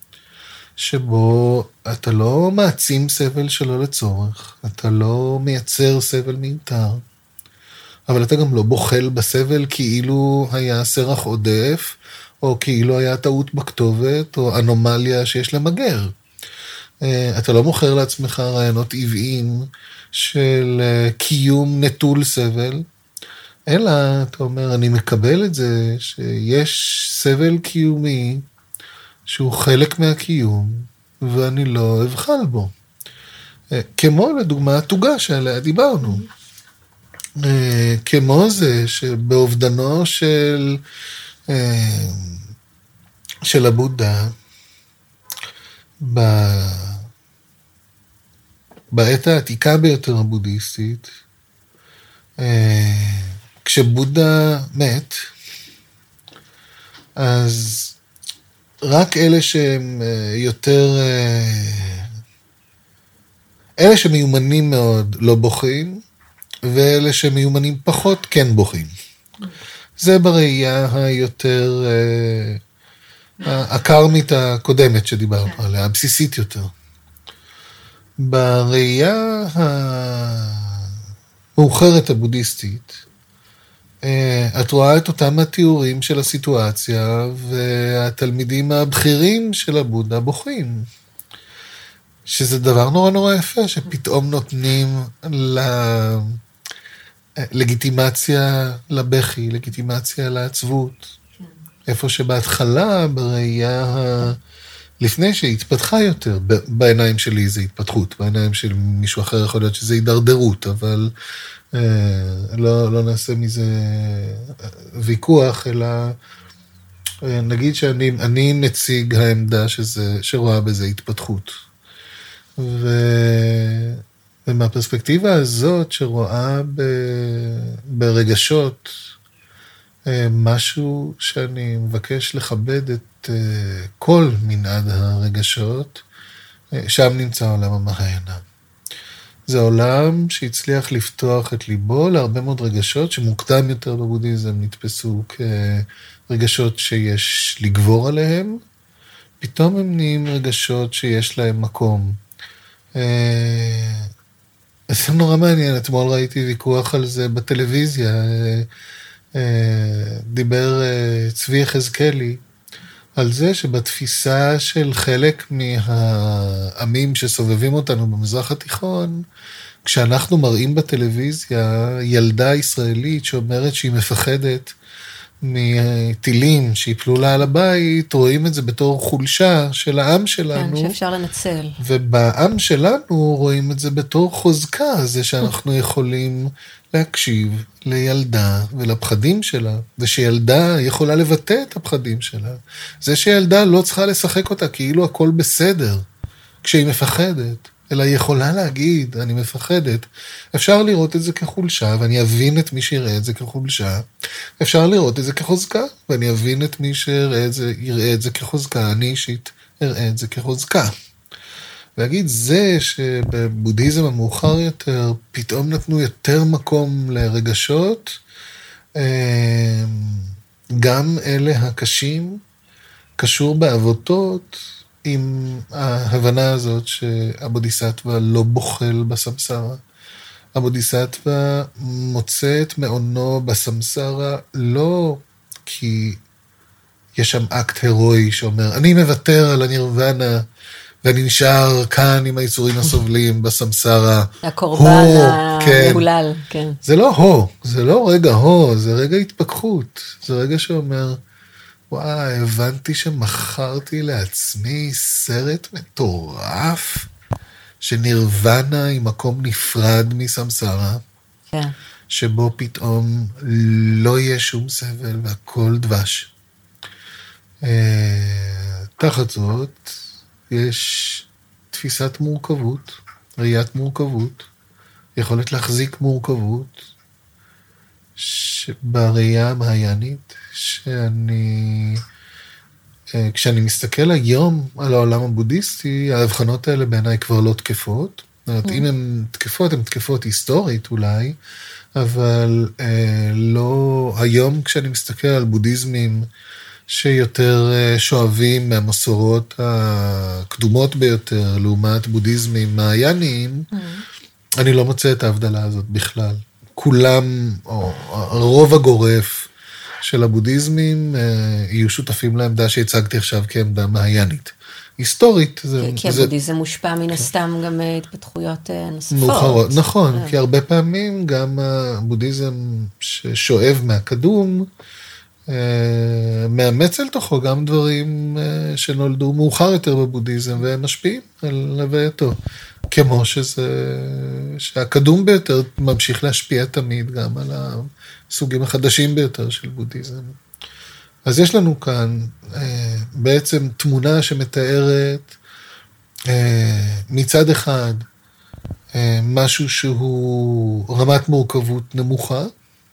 A: שבו אתה לא מעצים סבל שלא לצורך, אתה לא מייצר סבל מיותר, אבל אתה גם לא בוחל בסבל כאילו היה סרח עודף, או כאילו היה טעות בכתובת, או אנומליה שיש למגר. אתה לא מוכר לעצמך רעיונות טבעיים של קיום נטול סבל, אלא אתה אומר, אני מקבל את זה שיש סבל קיומי שהוא חלק מהקיום, ואני לא אבחל בו. כמו לדוגמה התוגה שעליה דיברנו. כמו זה שבאובדנו של, של הבודה, בעת העתיקה ביותר הבודהיסטית, כשבודה מת, אז רק אלה שהם יותר, אלה שמיומנים מאוד לא בוכים, ואלה שמיומנים פחות כן בוכים. זה בראייה היותר, הקרמית הקודמת שדיברנו עליה, הבסיסית יותר. בראייה המאוחרת הבודהיסטית, את רואה את אותם התיאורים של הסיטואציה, והתלמידים הבכירים של הבודה בוכים. שזה דבר נורא נורא יפה, שפתאום נותנים לגיטימציה לבכי, לגיטימציה לעצבות. איפה שבהתחלה, בראייה, לפני שהתפתחה יותר, בעיניים שלי זה התפתחות, בעיניים של מישהו אחר יכול להיות שזה הידרדרות, אבל לא, לא נעשה מזה ויכוח, אלא נגיד שאני אני נציג העמדה שזה, שרואה בזה התפתחות. ו... ומהפרספקטיבה הזאת שרואה ב... ברגשות משהו שאני מבקש לכבד את כל מנעד הרגשות, שם נמצא עולם המהיינה. זה עולם שהצליח לפתוח את ליבו להרבה מאוד רגשות שמוקדם יותר בבודהיזם נתפסו כרגשות שיש לגבור עליהם, פתאום הם נהיים רגשות שיש להם מקום. זה נורא מעניין, אתמול ראיתי ויכוח על זה בטלוויזיה, דיבר צבי יחזקאלי על זה שבתפיסה של חלק מהעמים שסובבים אותנו במזרח התיכון, כשאנחנו מראים בטלוויזיה ילדה ישראלית שאומרת שהיא מפחדת מטילים שיפלו לה על הבית, רואים את זה בתור חולשה של העם שלנו.
B: כן, שאפשר לנצל.
A: ובעם שלנו רואים את זה בתור חוזקה, זה שאנחנו יכולים להקשיב לילדה ולפחדים שלה, ושילדה יכולה לבטא את הפחדים שלה. זה שילדה לא צריכה לשחק אותה כאילו הכל בסדר, כשהיא מפחדת, אלא יכולה להגיד, אני מפחדת. אפשר לראות את זה כחולשה, ואני אבין את מי שיראה את זה כחולשה. אפשר לראות את זה כחוזקה, ואני אבין את מי שיראה את זה, יראה את זה כחוזקה. אני אישית אראה את זה כחוזקה. ולהגיד, זה שבבודהיזם המאוחר יותר, פתאום נתנו יותר מקום לרגשות, גם אלה הקשים, קשור בעבותות, עם ההבנה הזאת שהבודיסטווה לא בוחל בסמסרה. הבודיסטווה מוצא את מעונו בסמסרה לא כי יש שם אקט הרואי שאומר, אני מוותר על הנירוונה, ואני נשאר כאן עם היצורים הסובלים בסמסרה.
B: הקורבן המהולל, כן.
A: זה לא הו, זה לא רגע הו, זה רגע התפכחות. זה רגע שאומר, וואי, הבנתי שמכרתי לעצמי סרט מטורף, שנירוונה היא מקום נפרד מסמסרה,
B: כן.
A: שבו פתאום לא יהיה שום סבל והכל דבש. תחת זאת, יש תפיסת מורכבות, ראיית מורכבות, יכולת להחזיק מורכבות, בראייה המהיינית, שאני, כשאני מסתכל היום על העולם הבודהיסטי, ההבחנות האלה בעיניי כבר לא תקפות. זאת אומרת, אם הן תקפות, הן תקפות היסטורית אולי, אבל לא, היום כשאני מסתכל על בודהיזמים, שיותר שואבים מהמסורות הקדומות ביותר, לעומת בודהיזמים מהייניים, אני לא מוצא את ההבדלה הזאת בכלל. כולם, או הרוב הגורף של הבודהיזמים, יהיו שותפים לעמדה שהצגתי עכשיו כעמדה מהיינית. היסטורית. זה,
B: כי
A: זה,
B: הבודהיזם מושפע מן הסתם גם התפתחויות נוספות.
A: מאוחרות, נכון, כי הרבה פעמים גם הבודהיזם ששואב מהקדום, מאמץ אל תוכו גם דברים שנולדו מאוחר יותר בבודהיזם, והם משפיעים על הווייתו. כמו שזה, שהקדום ביותר ממשיך להשפיע תמיד גם על הסוגים החדשים ביותר של בודהיזם. אז יש לנו כאן בעצם תמונה שמתארת מצד אחד משהו שהוא רמת מורכבות נמוכה,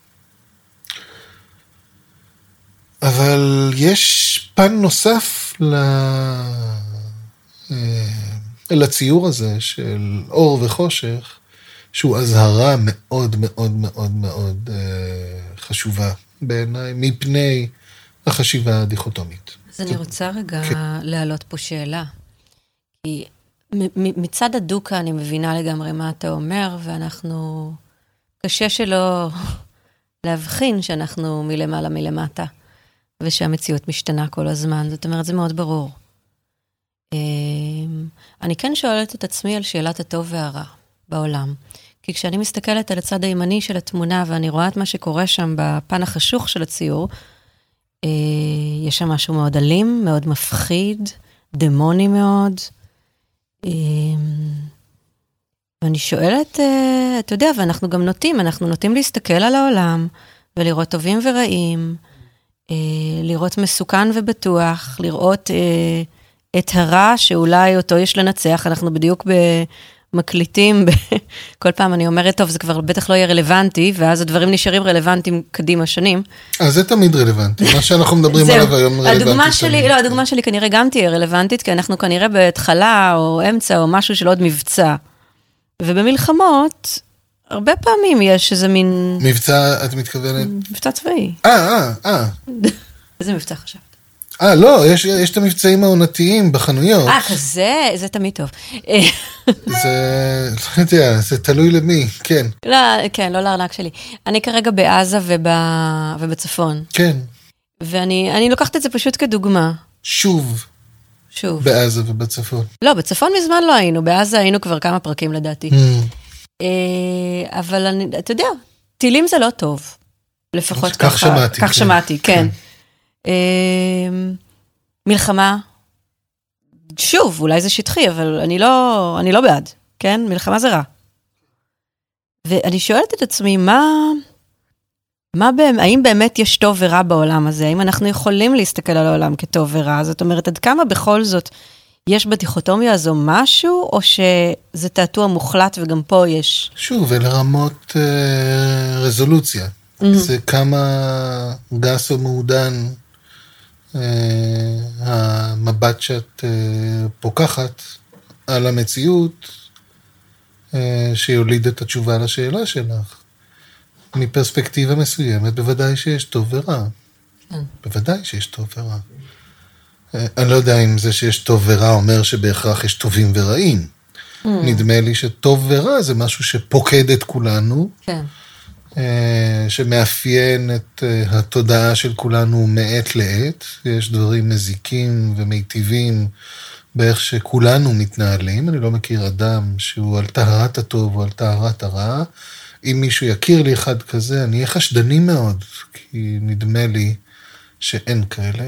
A: אבל יש פן נוסף לציור הזה של אור וחושך, שהוא הזהרה מאוד מאוד מאוד מאוד חשובה בעיניי, מפני החשיבה הדיכוטומית.
B: אז אני רוצה רגע להעלות פה שאלה. כי מצד הדוקה אני מבינה לגמרי מה אתה אומר, ואנחנו, קשה שלא להבחין שאנחנו מלמעלה מלמטה. ושהמציאות משתנה כל הזמן, זאת אומרת, זה מאוד ברור. אני כן שואלת את עצמי על שאלת הטוב והרע בעולם, כי כשאני מסתכלת על הצד הימני של התמונה, ואני רואה את מה שקורה שם בפן החשוך של הציור, יש שם משהו מאוד אלים, מאוד מפחיד, דמוני מאוד, ואני שואלת, אתה יודע, ואנחנו גם נוטים, אנחנו נוטים להסתכל על העולם, ולראות טובים ורעים, לראות מסוכן ובטוח, לראות אה, את הרע שאולי אותו יש לנצח, אנחנו בדיוק במקליטים, כל פעם אני אומרת, טוב, זה כבר בטח לא יהיה רלוונטי, ואז הדברים נשארים רלוונטיים קדימה שנים.
A: אז זה תמיד רלוונטי, מה שאנחנו מדברים עליו היום רלוונטי.
B: הדוגמה שלי, לא, הדוגמה שלי כנראה גם תהיה רלוונטית, כי אנחנו כנראה בהתחלה או אמצע או משהו של עוד מבצע, ובמלחמות, הרבה פעמים יש איזה מין...
A: מבצע, את מתכוונת?
B: מבצע צבאי.
A: אה, אה, אה.
B: איזה מבצע חשבת?
A: אה, לא, יש, יש את המבצעים העונתיים בחנויות.
B: אה, כזה, זה תמיד טוב.
A: זה, לא יודע, זה תלוי למי, כן.
B: לא, כן, לא לארנק שלי. אני כרגע בעזה וב, ובצפון.
A: כן.
B: ואני אני לוקחת את זה פשוט כדוגמה.
A: שוב.
B: שוב.
A: בעזה ובצפון.
B: לא, בצפון מזמן לא היינו, בעזה היינו כבר כמה פרקים לדעתי.
A: Mm.
B: אבל אני, אתה יודע, טילים זה לא טוב. לפחות
A: כך שמעתי.
B: כך שמעתי, כן. מלחמה, שוב, אולי זה שטחי, אבל אני לא, אני לא בעד, כן? מלחמה זה רע. ואני שואלת את עצמי, מה, מה, האם באמת יש טוב ורע בעולם הזה? האם אנחנו יכולים להסתכל על העולם כטוב ורע? זאת אומרת, עד כמה בכל זאת יש בדיכוטומיה הזו משהו, או שזה תעתוע מוחלט וגם פה יש?
A: שוב, אלה רמות אה, רזולוציה. Mm-hmm. זה כמה גס או מעודן אה, המבט שאת אה, פוקחת על המציאות, אה, שיוליד את התשובה לשאלה שלך. מפרספקטיבה מסוימת, בוודאי שיש טוב ורע. Mm-hmm. בוודאי שיש טוב ורע. אני לא יודע אם זה שיש טוב ורע אומר שבהכרח יש טובים ורעים. Mm. נדמה לי שטוב ורע זה משהו שפוקד את כולנו, כן. שמאפיין את התודעה של כולנו מעת לעת. יש דברים מזיקים ומיטיבים באיך שכולנו מתנהלים. אני לא מכיר אדם שהוא על טהרת הטוב או על טהרת הרע. אם מישהו יכיר לי אחד כזה, אני אהיה חשדני מאוד, כי נדמה לי שאין כאלה.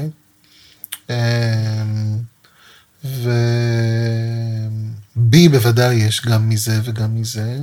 A: ובי בוודאי יש גם מזה וגם מזה.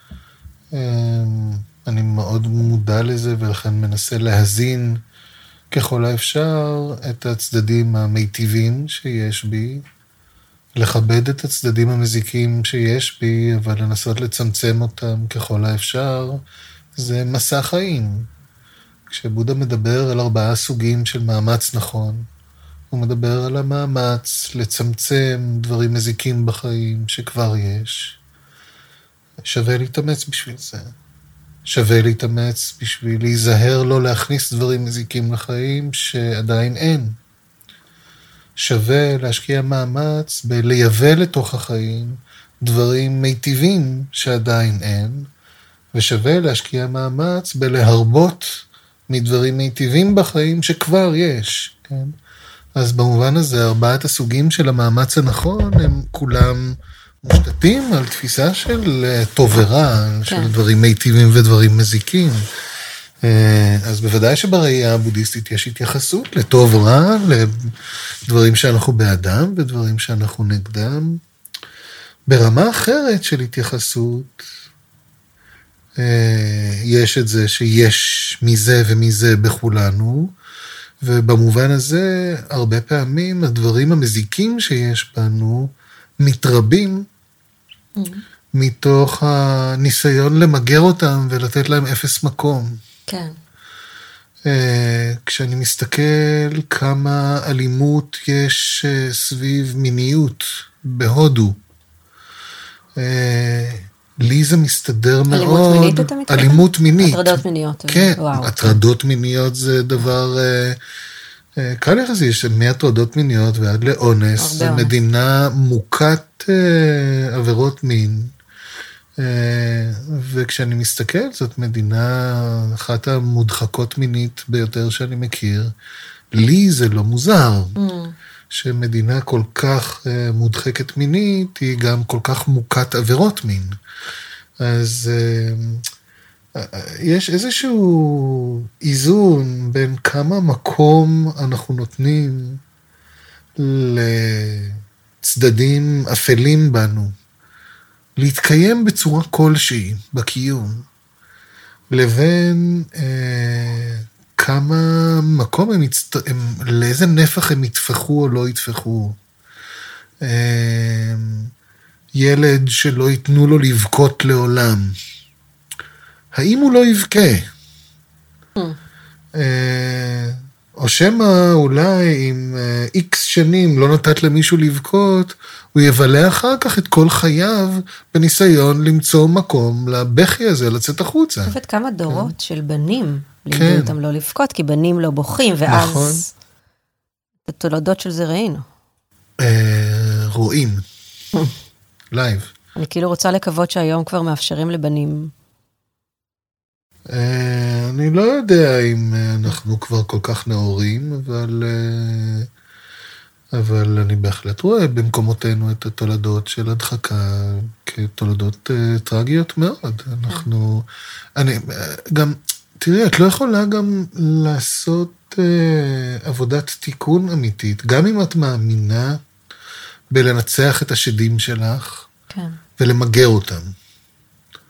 A: אני מאוד מודע לזה ולכן מנסה להזין ככל האפשר את הצדדים המיטיבים שיש בי, לכבד את הצדדים המזיקים שיש בי, אבל לנסות לצמצם אותם ככל האפשר. זה מסע חיים. כשבודה מדבר על ארבעה סוגים של מאמץ נכון, הוא מדבר על המאמץ לצמצם דברים מזיקים בחיים שכבר יש. שווה להתאמץ בשביל זה. שווה להתאמץ בשביל להיזהר לא להכניס דברים מזיקים לחיים שעדיין אין. שווה להשקיע מאמץ בלייבא לתוך החיים דברים מיטיבים שעדיין אין, ושווה להשקיע מאמץ בלהרבות מדברים מיטיבים בחיים שכבר יש, כן? אז במובן הזה, ארבעת הסוגים של המאמץ הנכון, הם כולם מושתתים על תפיסה של טוב ורע, כן. של דברים מיטיבים ודברים מזיקים. אז בוודאי שבראייה הבודהיסטית יש התייחסות לטוב ורע, לדברים שאנחנו בעדם ודברים שאנחנו נגדם. ברמה אחרת של התייחסות, יש את זה שיש מזה ומזה בכולנו, ובמובן הזה, הרבה פעמים הדברים המזיקים שיש בנו מתרבים mm. מתוך הניסיון למגר אותם ולתת להם אפס מקום.
B: כן.
A: כשאני מסתכל כמה אלימות יש סביב מיניות בהודו, לי זה מסתדר מאוד.
B: אלימות מינית אתה מתכוון?
A: אלימות מינית.
B: הטרדות מיניות.
A: כן, הטרדות מיניות זה דבר קל יחסי, יש מהטרדות מיניות ועד לאונס, זה מדינה מוכת עבירות מין, וכשאני מסתכל, זאת מדינה אחת המודחקות מינית ביותר שאני מכיר, לי זה לא מוזר. שמדינה כל כך מודחקת מינית, היא גם כל כך מוכת עבירות מין. אז יש איזשהו איזון בין כמה מקום אנחנו נותנים לצדדים אפלים בנו, להתקיים בצורה כלשהי בקיום, לבין אה, כמה מקום הם, יצט... הם, לאיזה נפח הם יתפחו או לא יתפחו. אה, ילד שלא ייתנו לו לבכות לעולם. האם הוא לא יבכה? Mm. אה, או שמה אולי אם איקס שנים לא נתת למישהו לבכות, הוא יבלה אחר כך את כל חייו בניסיון למצוא מקום לבכי הזה, לצאת החוצה.
B: אני חושבת כמה דורות כן. של בנים לימדו כן. אותם לא לבכות, כי בנים לא בוכים, ואז נכון. את התולדות של זה ראינו.
A: אה, רואים. לייב.
B: אני כאילו רוצה לקוות שהיום כבר מאפשרים לבנים.
A: אה, אני לא יודע אם אנחנו כבר כל כך נאורים, אבל... אה, אבל אני בהחלט רואה במקומותינו את התולדות של הדחקה כתולדות uh, טרגיות מאוד. אנחנו, אני, גם, תראי, את לא יכולה גם לעשות uh, עבודת תיקון אמיתית, גם אם את מאמינה בלנצח את השדים שלך, כן. ולמגר אותם.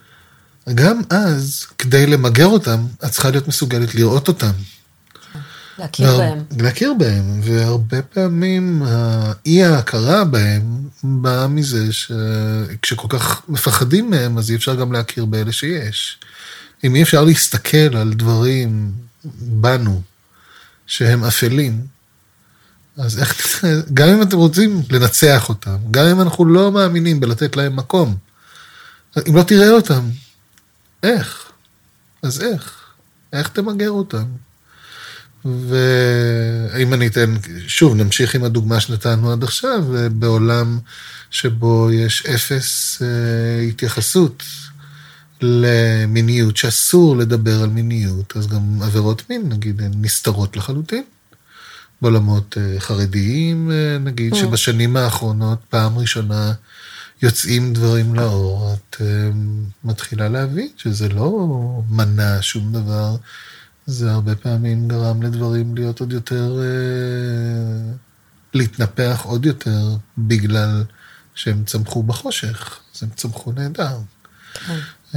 A: גם אז, כדי למגר אותם, את צריכה להיות מסוגלת לראות אותם. כן.
B: להכיר והר... בהם.
A: להכיר בהם, והרבה פעמים האי ההכרה בהם באה מזה שכשכל כך מפחדים מהם, אז אי אפשר גם להכיר באלה שיש. אם אי אפשר להסתכל על דברים בנו שהם אפלים, אז איך, גם אם אתם רוצים לנצח אותם, גם אם אנחנו לא מאמינים בלתת להם מקום, אם לא תראה אותם, איך? אז איך? איך תמגר אותם? ואם אני אתן, שוב, נמשיך עם הדוגמה שנתנו עד עכשיו, בעולם שבו יש אפס אה, התייחסות למיניות, שאסור לדבר על מיניות, אז גם עבירות מין, נגיד, הן נסתרות לחלוטין. בעולמות אה, חרדיים, אה, נגיד, mm. שבשנים האחרונות, פעם ראשונה, יוצאים דברים לאור, את uh, מתחילה להבין שזה לא מנע שום דבר, זה הרבה פעמים גרם לדברים להיות עוד יותר, uh, להתנפח עוד יותר, בגלל שהם צמחו בחושך, אז הם צמחו נהדר. Mm. Uh,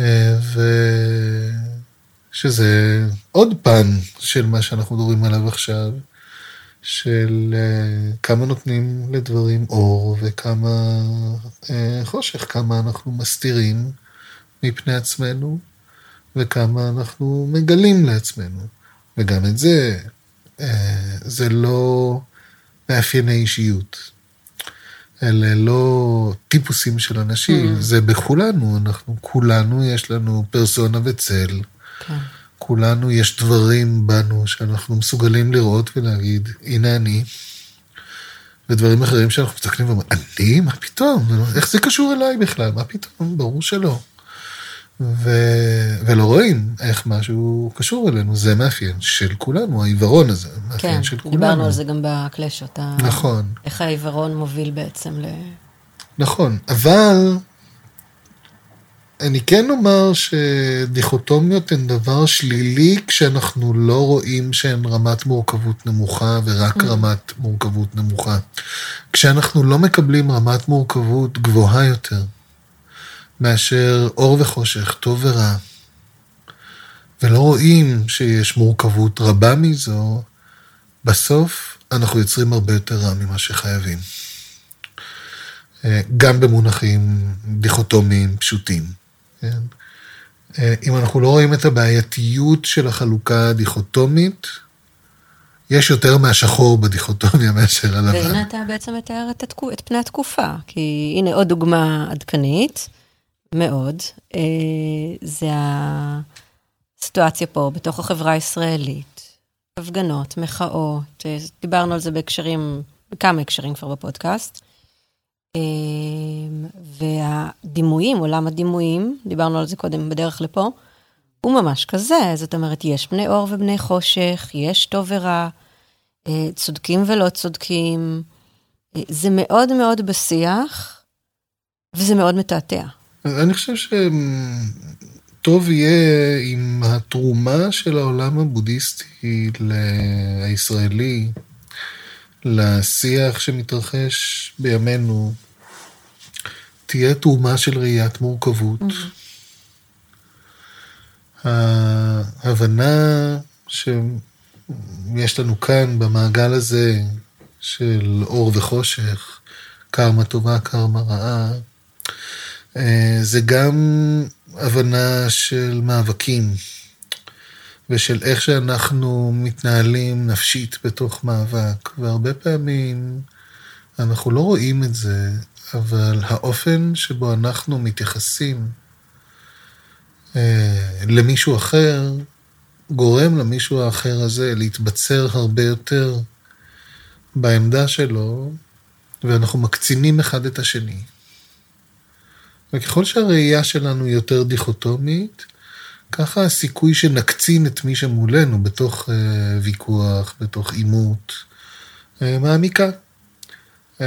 A: ושזה עוד פן של מה שאנחנו מדברים עליו עכשיו, של uh, כמה נותנים לדברים אור וכמה uh, חושך, כמה אנחנו מסתירים מפני עצמנו וכמה אנחנו מגלים לעצמנו. וגם את זה, uh, זה לא מאפייני אישיות. אלה לא טיפוסים של אנשים, mm. זה בכולנו, אנחנו כולנו יש לנו פרסונה וצל. כן. כולנו יש דברים בנו שאנחנו מסוגלים לראות ולהגיד, הנה אני, ודברים אחרים שאנחנו מסתכלים ואומרים, אני? מה פתאום? איך זה קשור אליי בכלל? מה פתאום? ברור שלא. ו... ולא רואים איך משהו קשור אלינו, זה מאפיין של כולנו, העיוורון הזה, מאפיין
B: כן,
A: של כולנו.
B: כן, דיברנו על זה גם בקלשות.
A: נכון.
B: איך העיוורון מוביל בעצם ל...
A: נכון, אבל... אני כן אומר שדיכוטומיות הן דבר שלילי כשאנחנו לא רואים שהן רמת מורכבות נמוכה ורק mm. רמת מורכבות נמוכה. כשאנחנו לא מקבלים רמת מורכבות גבוהה יותר מאשר אור וחושך, טוב ורע, ולא רואים שיש מורכבות רבה מזו, בסוף אנחנו יוצרים הרבה יותר רע ממה שחייבים. גם במונחים דיכוטומיים פשוטים. כן? אם אנחנו לא רואים את הבעייתיות של החלוקה הדיכוטומית, יש יותר מהשחור בדיכוטומיה מאשר הלבן.
B: והנה אתה בעצם מתאר את, התקו, את פני התקופה, כי הנה עוד דוגמה עדכנית, מאוד, זה הסיטואציה פה בתוך החברה הישראלית, הפגנות, מחאות, דיברנו על זה בהקשרים, בכמה הקשרים כבר בפודקאסט, והדימויים, עולם הדימויים, דיברנו על זה קודם בדרך לפה, הוא ממש כזה, זאת אומרת, יש בני אור ובני חושך, יש טוב ורע, צודקים ולא צודקים, זה מאוד מאוד בשיח, וזה מאוד מתעתע.
A: אני חושב שטוב יהיה עם התרומה של העולם הבודהיסטי לישראלי, לשיח שמתרחש בימינו, תהיה תרומה של ראיית מורכבות. Mm-hmm. ההבנה שיש לנו כאן במעגל הזה של אור וחושך, קרמה טובה, קרמה רעה, זה גם הבנה של מאבקים, ושל איך שאנחנו מתנהלים נפשית בתוך מאבק, והרבה פעמים אנחנו לא רואים את זה, אבל האופן שבו אנחנו מתייחסים אה, למישהו אחר, גורם למישהו האחר הזה להתבצר הרבה יותר בעמדה שלו, ואנחנו מקצינים אחד את השני. וככל שהראייה שלנו יותר דיכוטומית, ככה הסיכוי שנקצין את מי שמולנו בתוך uh, ויכוח, בתוך עימות, uh, מעמיקה. Uh,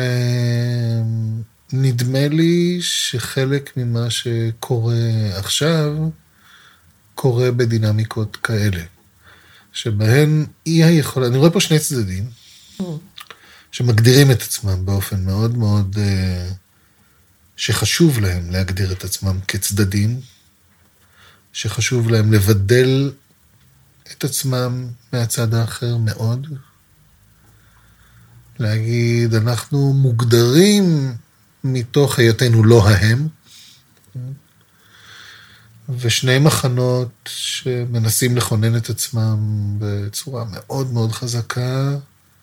A: נדמה לי שחלק ממה שקורה עכשיו, קורה בדינמיקות כאלה, שבהן אי היכולה, אני רואה פה שני צדדים, שמגדירים את עצמם באופן מאוד מאוד, uh, שחשוב להם להגדיר את עצמם כצדדים, שחשוב להם לבדל את עצמם מהצד האחר מאוד. להגיד, אנחנו מוגדרים מתוך היותנו לא ההם, ושני מחנות שמנסים לכונן את עצמם בצורה מאוד מאוד חזקה,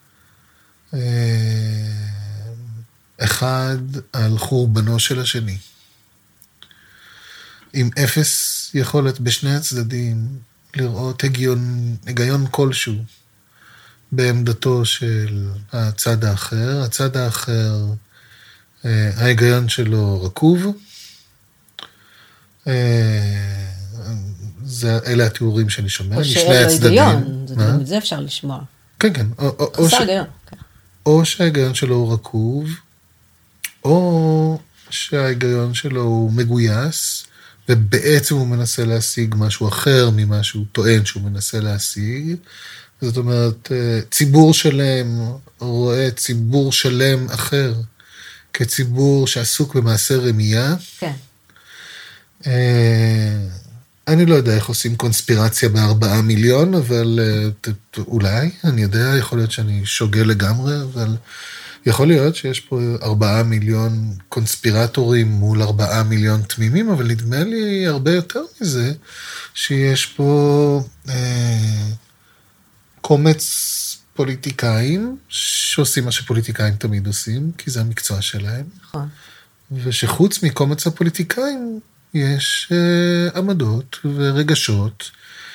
A: אחד על חורבנו של השני. עם אפס יכולת בשני הצדדים לראות היגיון, היגיון כלשהו בעמדתו של הצד האחר. הצד האחר, ההיגיון שלו רקוב. זה, אלה התיאורים שאני שומע.
B: או שאין לו היגיון, גם את זה אפשר לשמוע.
A: כן, כן.
B: חסר היגיון.
A: או שההיגיון שלו הוא רקוב, או שההיגיון שלו הוא מגויס, ובעצם הוא מנסה להשיג משהו אחר ממה שהוא טוען שהוא מנסה להשיג. זאת אומרת, ציבור שלם רואה ציבור שלם אחר כציבור שעסוק במעשה רמייה.
B: כן.
A: אני לא יודע איך עושים קונספירציה בארבעה מיליון, אבל אולי, אני יודע, יכול להיות שאני שוגה לגמרי, אבל יכול להיות שיש פה ארבעה מיליון קונספירטורים מול ארבעה מיליון תמימים, אבל נדמה לי הרבה יותר מזה, שיש פה אה, קומץ פוליטיקאים, שעושים מה שפוליטיקאים תמיד עושים, כי זה המקצוע שלהם.
B: נכון.
A: ושחוץ מקומץ הפוליטיקאים, יש uh, עמדות ורגשות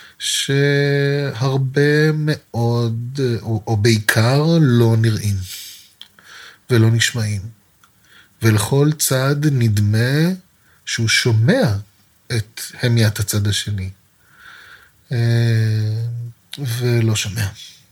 A: שהרבה מאוד, או, או בעיקר לא נראים ולא נשמעים. ולכל צד נדמה שהוא שומע את המיית הצד השני. Uh, ולא שומע.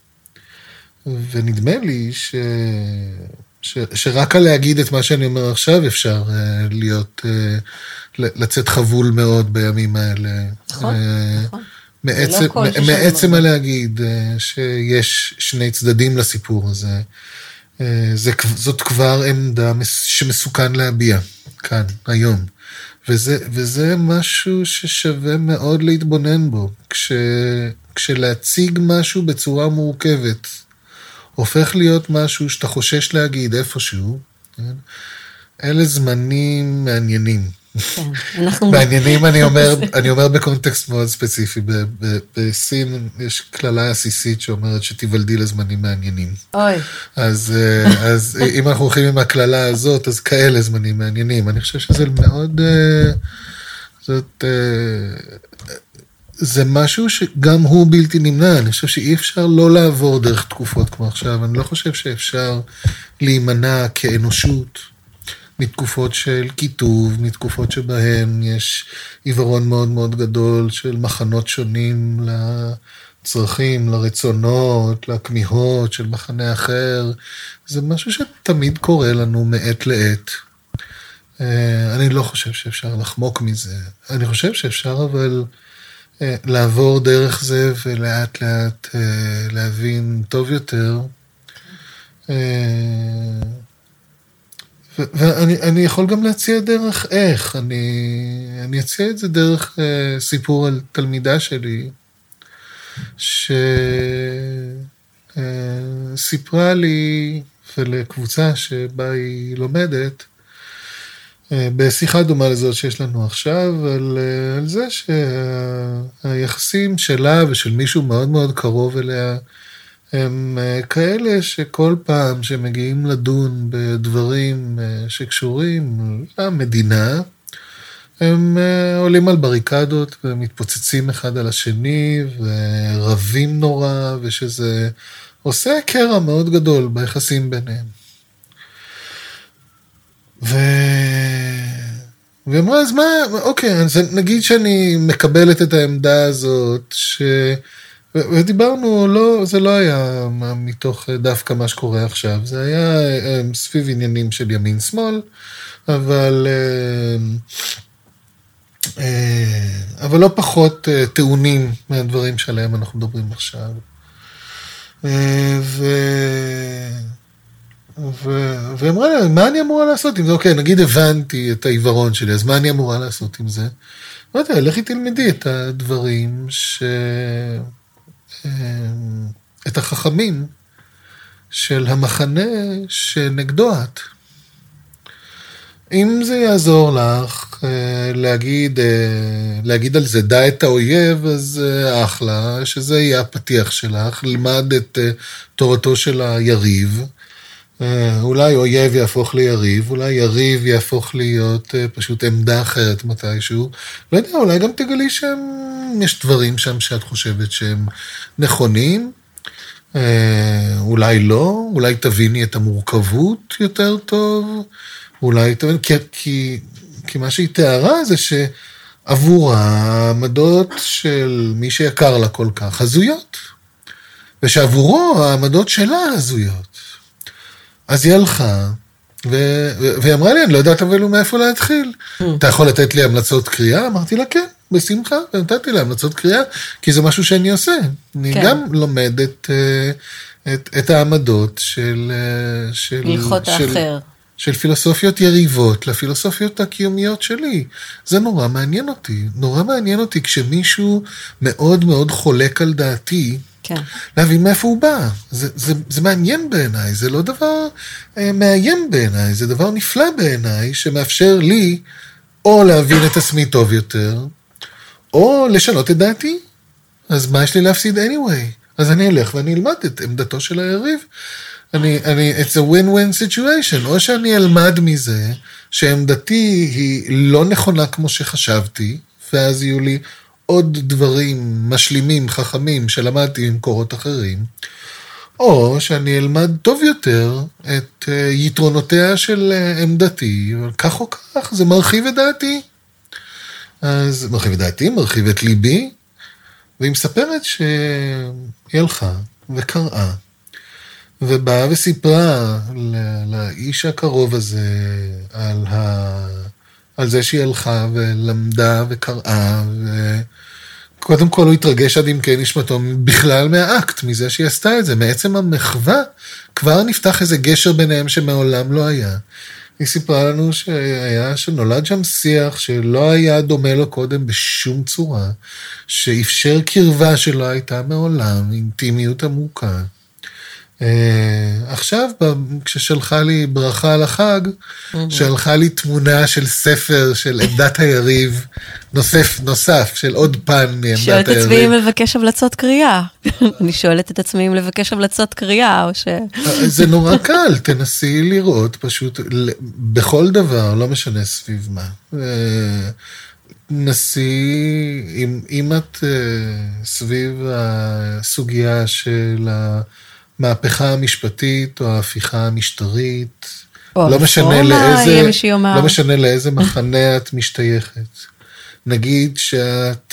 A: ונדמה לי ש... ש, שרק על להגיד את מה שאני אומר עכשיו אפשר uh, להיות, uh, לצאת חבול מאוד בימים האלה.
B: נכון,
A: uh,
B: נכון.
A: מעצם,
B: לא
A: מעצם על להגיד uh, שיש שני צדדים לסיפור הזה, uh, זה, זאת כבר עמדה שמסוכן להביע כאן, היום. וזה, וזה משהו ששווה מאוד להתבונן בו, כש, כשלהציג משהו בצורה מורכבת, הופך להיות משהו שאתה חושש להגיד איפשהו, כן? אלה זמנים מעניינים.
B: כן, אנחנו...
A: מעניינים, אני אומר, אני אומר בקונטקסט מאוד ספציפי. ב- ב- בסין יש כללה עסיסית שאומרת שתיוולדי לזמנים מעניינים.
B: אוי.
A: אז, אז אם אנחנו הולכים עם הכללה הזאת, אז כאלה זמנים מעניינים. אני חושב שזה מאוד... זאת... זה משהו שגם הוא בלתי נמנע, אני חושב שאי אפשר לא לעבור דרך תקופות כמו עכשיו, אני לא חושב שאפשר להימנע כאנושות מתקופות של כיתוב, מתקופות שבהן יש עיוורון מאוד מאוד גדול של מחנות שונים לצרכים, לרצונות, לכמיהות של מחנה אחר, זה משהו שתמיד קורה לנו מעת לעת. אני לא חושב שאפשר לחמוק מזה, אני חושב שאפשר אבל... לעבור דרך זה ולאט לאט להבין טוב יותר. ואני אני יכול גם להציע דרך איך. אני, אני אציע את זה דרך סיפור על תלמידה שלי, שסיפרה לי ולקבוצה שבה היא לומדת, בשיחה דומה לזאת שיש לנו עכשיו, על, על זה שהיחסים שלה ושל מישהו מאוד מאוד קרוב אליה, הם כאלה שכל פעם שמגיעים לדון בדברים שקשורים למדינה, הם עולים על בריקדות ומתפוצצים אחד על השני ורבים נורא, ושזה עושה קרע מאוד גדול ביחסים ביניהם. ו... ואמרה, אז מה, אוקיי, אז נגיד שאני מקבלת את העמדה הזאת, ש... ודיברנו, לא, זה לא היה מתוך דווקא מה שקורה עכשיו, זה היה סביב עניינים של ימין-שמאל, אבל, אבל לא פחות טעונים מהדברים שעליהם אנחנו מדברים עכשיו. ו... ואמרה לה, מה אני אמורה לעשות עם זה? אוקיי, נגיד הבנתי את העיוורון שלי, אז מה אני אמורה לעשות עם זה? אמרתי, לכי תלמדי את הדברים ש... את החכמים של המחנה שנגדו את. אם זה יעזור לך להגיד, להגיד על זה דע את האויב, אז אחלה, שזה יהיה הפתיח שלך, למד את תורתו של היריב, אולי אויב יהפוך ליריב, אולי יריב יהפוך להיות פשוט עמדה אחרת מתישהו, לא יודע, אולי גם תגלי שיש דברים שם שאת חושבת שהם נכונים, אולי לא, אולי תביני את המורכבות יותר טוב, אולי תבין, כי, כי, כי מה שהיא תיארה זה שעבור העמדות של מי שיקר לה כל כך הזויות, ושעבורו העמדות שלה הזויות. אז היא הלכה, ו- ו- והיא אמרה לי, אני לא יודעת אבל הוא מאיפה להתחיל. אתה יכול לתת לי המלצות קריאה? אמרתי לה, כן, בשמחה, ונתתי לה המלצות קריאה, כי זה משהו שאני עושה. אני כן. גם לומד את, את, את העמדות של... של
B: הלכות
A: של,
B: האחר.
A: של פילוסופיות יריבות לפילוסופיות הקיומיות שלי. זה נורא מעניין אותי. נורא מעניין אותי כשמישהו מאוד מאוד חולק על דעתי, כן. להבין מאיפה הוא בא. זה, זה, זה מעניין בעיניי, זה לא דבר אה, מאיים בעיניי, זה דבר נפלא בעיניי, שמאפשר לי או להבין את עצמי טוב יותר, או לשנות את דעתי. אז מה יש לי להפסיד anyway? אז אני אלך ואני אלמד את עמדתו של היריב. אני, אני, it's a win-win situation. או שאני אלמד מזה שעמדתי היא לא נכונה כמו שחשבתי, ואז יהיו לי עוד דברים משלימים, חכמים, שלמדתי ממקורות אחרים, או שאני אלמד טוב יותר את יתרונותיה של עמדתי, אבל כך או כך, זה מרחיב את דעתי. אז מרחיב את דעתי, מרחיב את ליבי, והיא מספרת שהיא הלכה וקראה, ובאה וסיפרה לאיש הקרוב הזה על, ה... על זה שהיא הלכה ולמדה וקראה, וקודם כל הוא התרגש עד אם כן נשמתו בכלל מהאקט, מזה שהיא עשתה את זה, מעצם המחווה, כבר נפתח איזה גשר ביניהם שמעולם לא היה. היא סיפרה לנו שהיה, שנולד שם שיח שלא היה דומה לו קודם בשום צורה, שאפשר קרבה שלא הייתה מעולם, אינטימיות עמוקה. עכשיו, כששלחה לי ברכה על החג, שלחה לי תמונה של ספר של עמדת היריב, נוסף, נוסף, של עוד פן מעמדת היריב.
B: שואלת את עצמי אם לבקש המלצות קריאה. אני שואלת את עצמי אם לבקש המלצות קריאה, או ש...
A: זה נורא קל, תנסי לראות פשוט, בכל דבר, לא משנה סביב מה. נסי, אם, אם את סביב הסוגיה של ה... מהפכה המשפטית או ההפיכה המשטרית, לא משנה לאיזה, לא משנה לאיזה מחנה את משתייכת. נגיד שאת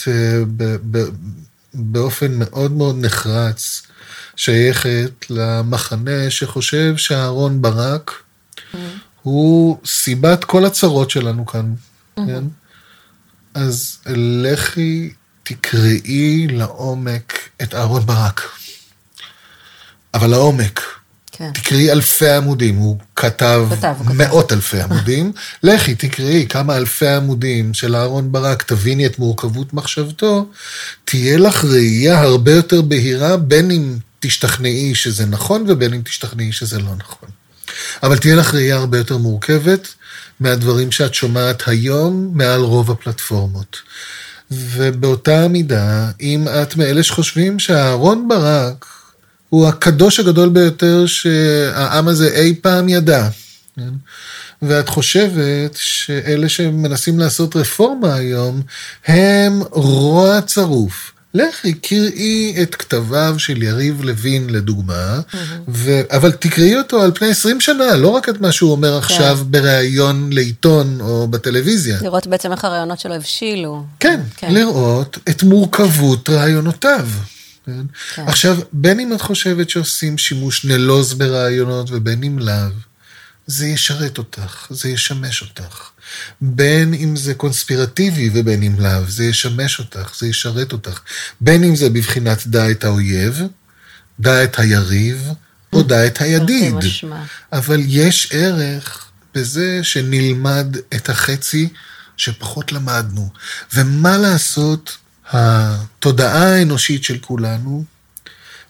A: באופן מאוד מאוד נחרץ שייכת למחנה שחושב שאהרון ברק הוא סיבת כל הצרות שלנו כאן. כן? אז לכי תקראי לעומק את אהרון ברק. אבל לעומק, כן. תקראי אלפי עמודים, הוא כתב, כתב מאות כתב. אלפי עמודים, לכי תקראי כמה אלפי עמודים של אהרון ברק, תביני את מורכבות מחשבתו, תהיה לך ראייה הרבה יותר בהירה, בין אם תשתכנעי שזה נכון, ובין אם תשתכנעי שזה לא נכון. אבל תהיה לך ראייה הרבה יותר מורכבת, מהדברים שאת שומעת היום, מעל רוב הפלטפורמות. ובאותה מידה, אם את מאלה שחושבים שאהרון ברק, הוא הקדוש הגדול ביותר שהעם הזה אי פעם ידע. ואת חושבת שאלה שמנסים לעשות רפורמה היום, הם רוע צרוף. לכי, קראי את כתביו של יריב לוין לדוגמה, ו... אבל תקראי אותו על פני עשרים שנה, לא רק את מה שהוא אומר עכשיו בראיון לעיתון או בטלוויזיה.
B: לראות בעצם איך הרעיונות שלו הבשילו.
A: כן, כן. לראות את מורכבות רעיונותיו. כן. כן. עכשיו, בין אם את חושבת שעושים שימוש נלוז ברעיונות ובין אם לאו, זה ישרת אותך, זה ישמש אותך. בין אם זה קונספירטיבי ובין אם לאו, זה ישמש אותך, זה ישרת אותך. בין אם זה בבחינת דע את האויב, דע את היריב, או דע את הידיד. אבל יש ערך בזה שנלמד את החצי שפחות למדנו. ומה לעשות, התודעה האנושית של כולנו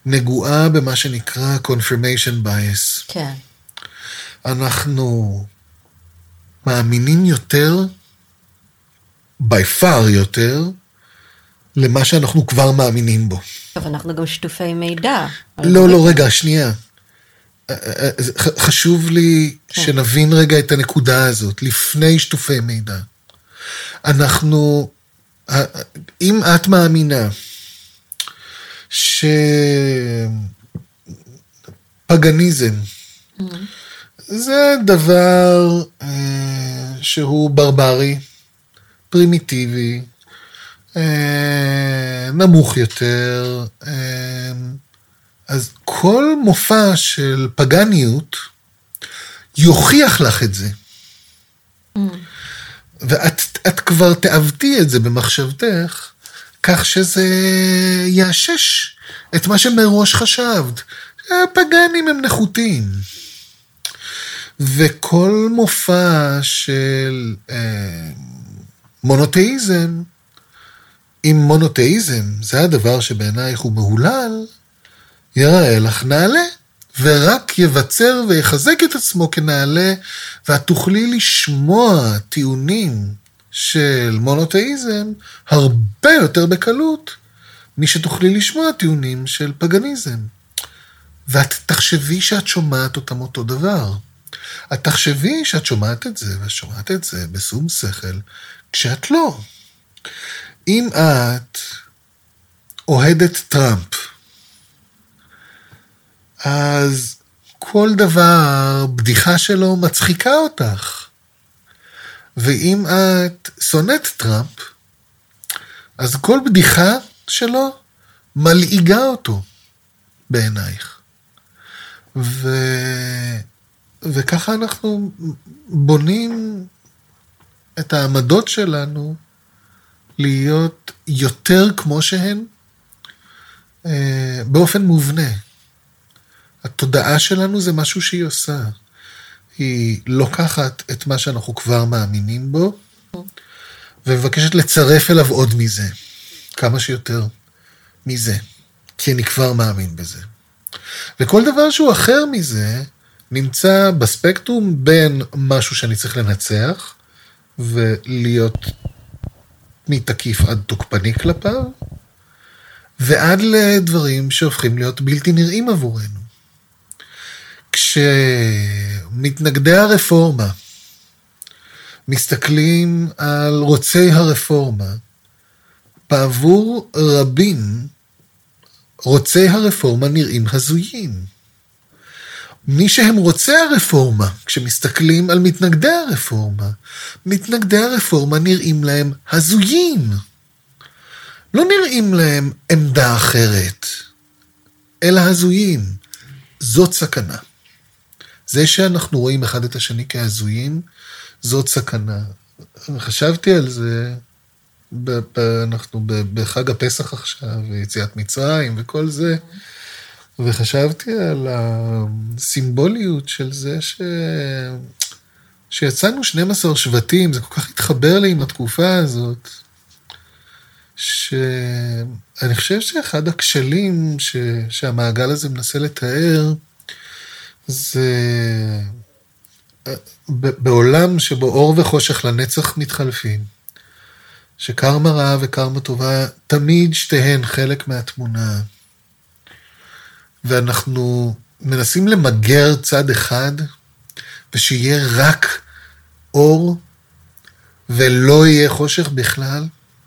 A: נגועה במה שנקרא confirmation bias.
B: כן.
A: אנחנו מאמינים יותר, by far יותר, למה שאנחנו כבר מאמינים בו.
B: טוב, אנחנו גם שטופי מידע.
A: לא, לא, רגע, שנייה. חשוב לי כן. שנבין רגע את הנקודה הזאת, לפני שטופי מידע. אנחנו, אם את מאמינה, שפגניזם, mm-hmm. זה דבר אה, שהוא ברברי, פרימיטיבי, אה, נמוך יותר, אה, אז כל מופע של פגניות יוכיח לך את זה. Mm. ואת את כבר תאבתי את זה במחשבתך, כך שזה יאשש את מה שמראש חשבת. הפגנים הם נחותים. וכל מופע של אה, מונותאיזם, אם מונותאיזם זה הדבר שבעינייך הוא מהולל, יראה לך נעלה, ורק יבצר ויחזק את עצמו כנעלה, ואת תוכלי לשמוע טיעונים של מונותאיזם הרבה יותר בקלות, מי שתוכלי לשמוע טיעונים של פגניזם. ואת תחשבי שאת שומעת אותם אותו דבר. את תחשבי שאת שומעת את זה, ואת שומעת את זה בשום שכל, כשאת לא. אם את אוהדת טראמפ, אז כל דבר, בדיחה שלו מצחיקה אותך. ואם את שונאת טראמפ, אז כל בדיחה שלו מלעיגה אותו בעינייך. ו... וככה אנחנו בונים את העמדות שלנו להיות יותר כמו שהן, באופן מובנה. התודעה שלנו זה משהו שהיא עושה. היא לוקחת את מה שאנחנו כבר מאמינים בו, ומבקשת לצרף אליו עוד מזה. כמה שיותר מזה. כי אני כבר מאמין בזה. וכל דבר שהוא אחר מזה, נמצא בספקטרום בין משהו שאני צריך לנצח, ולהיות מתקיף עד תוקפני כלפיו, ועד לדברים שהופכים להיות בלתי נראים עבורנו. כשמתנגדי הרפורמה מסתכלים על רוצי הרפורמה, בעבור רבים, רוצי הרפורמה נראים הזויים. מי שהם רוצי הרפורמה, כשמסתכלים על מתנגדי הרפורמה, מתנגדי הרפורמה נראים להם הזויים. לא נראים להם עמדה אחרת, אלא הזויים. זאת סכנה. זה שאנחנו רואים אחד את השני כהזויים, זאת סכנה. חשבתי על זה, ב- ב- אנחנו ב- בחג הפסח עכשיו, יציאת מצרים וכל זה, וחשבתי על הסימבוליות של זה ש... שיצאנו שנים עשר שבטים, זה כל כך התחבר לי עם התקופה הזאת, שאני חושב שאחד הכשלים ש... שהמעגל הזה מנסה לתאר, זה בעולם שבו אור וחושך לנצח מתחלפים, שקרמה רעה וקרמה טובה, תמיד שתיהן חלק מהתמונה, ואנחנו מנסים למגר צד אחד, ושיהיה רק אור, ולא יהיה חושך בכלל.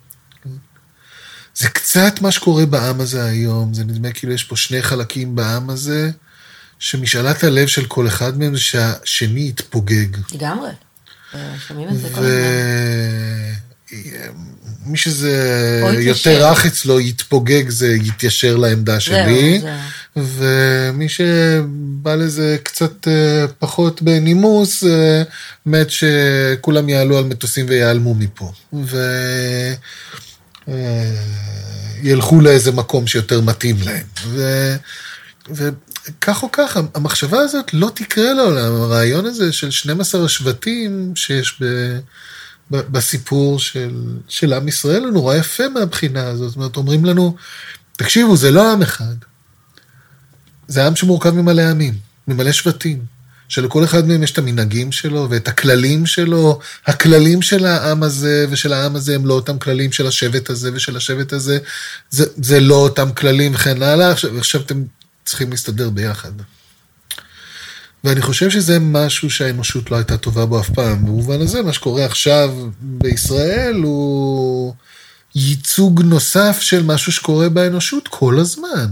A: זה קצת מה שקורה בעם הזה היום, זה נדמה כאילו יש פה שני חלקים בעם הזה, שמשאלת הלב של כל אחד מהם זה שהשני יתפוגג.
B: לגמרי. שומעים את זה כל
A: הזמן. מי שזה יותר רך אצלו יתפוגג, זה יתיישר לעמדה שלי. ומי שבא לזה קצת פחות בנימוס, מת שכולם יעלו על מטוסים ויעלמו מפה. וילכו לאיזה מקום שיותר מתאים להם. ו... וכך או כך, המחשבה הזאת לא תקרה לעולם. הרעיון הזה של שנים עשר השבטים שיש ב, ב, בסיפור של, של עם ישראל, הוא נורא יפה מהבחינה הזאת. זאת אומרת, אומרים לנו, תקשיבו, זה לא עם אחד. זה עם שמורכב ממלא עמים, ממלא שבטים, שלכל אחד מהם יש את המנהגים שלו ואת הכללים שלו. הכללים של העם הזה ושל העם הזה הם לא אותם כללים של השבט הזה ושל השבט הזה, זה, זה לא אותם כללים וכן הלאה, עכשיו, עכשיו אתם צריכים להסתדר ביחד. ואני חושב שזה משהו שהאנושות לא הייתה טובה בו אף פעם. במובן הזה, מה שקורה עכשיו בישראל הוא ייצוג נוסף של משהו שקורה באנושות כל הזמן.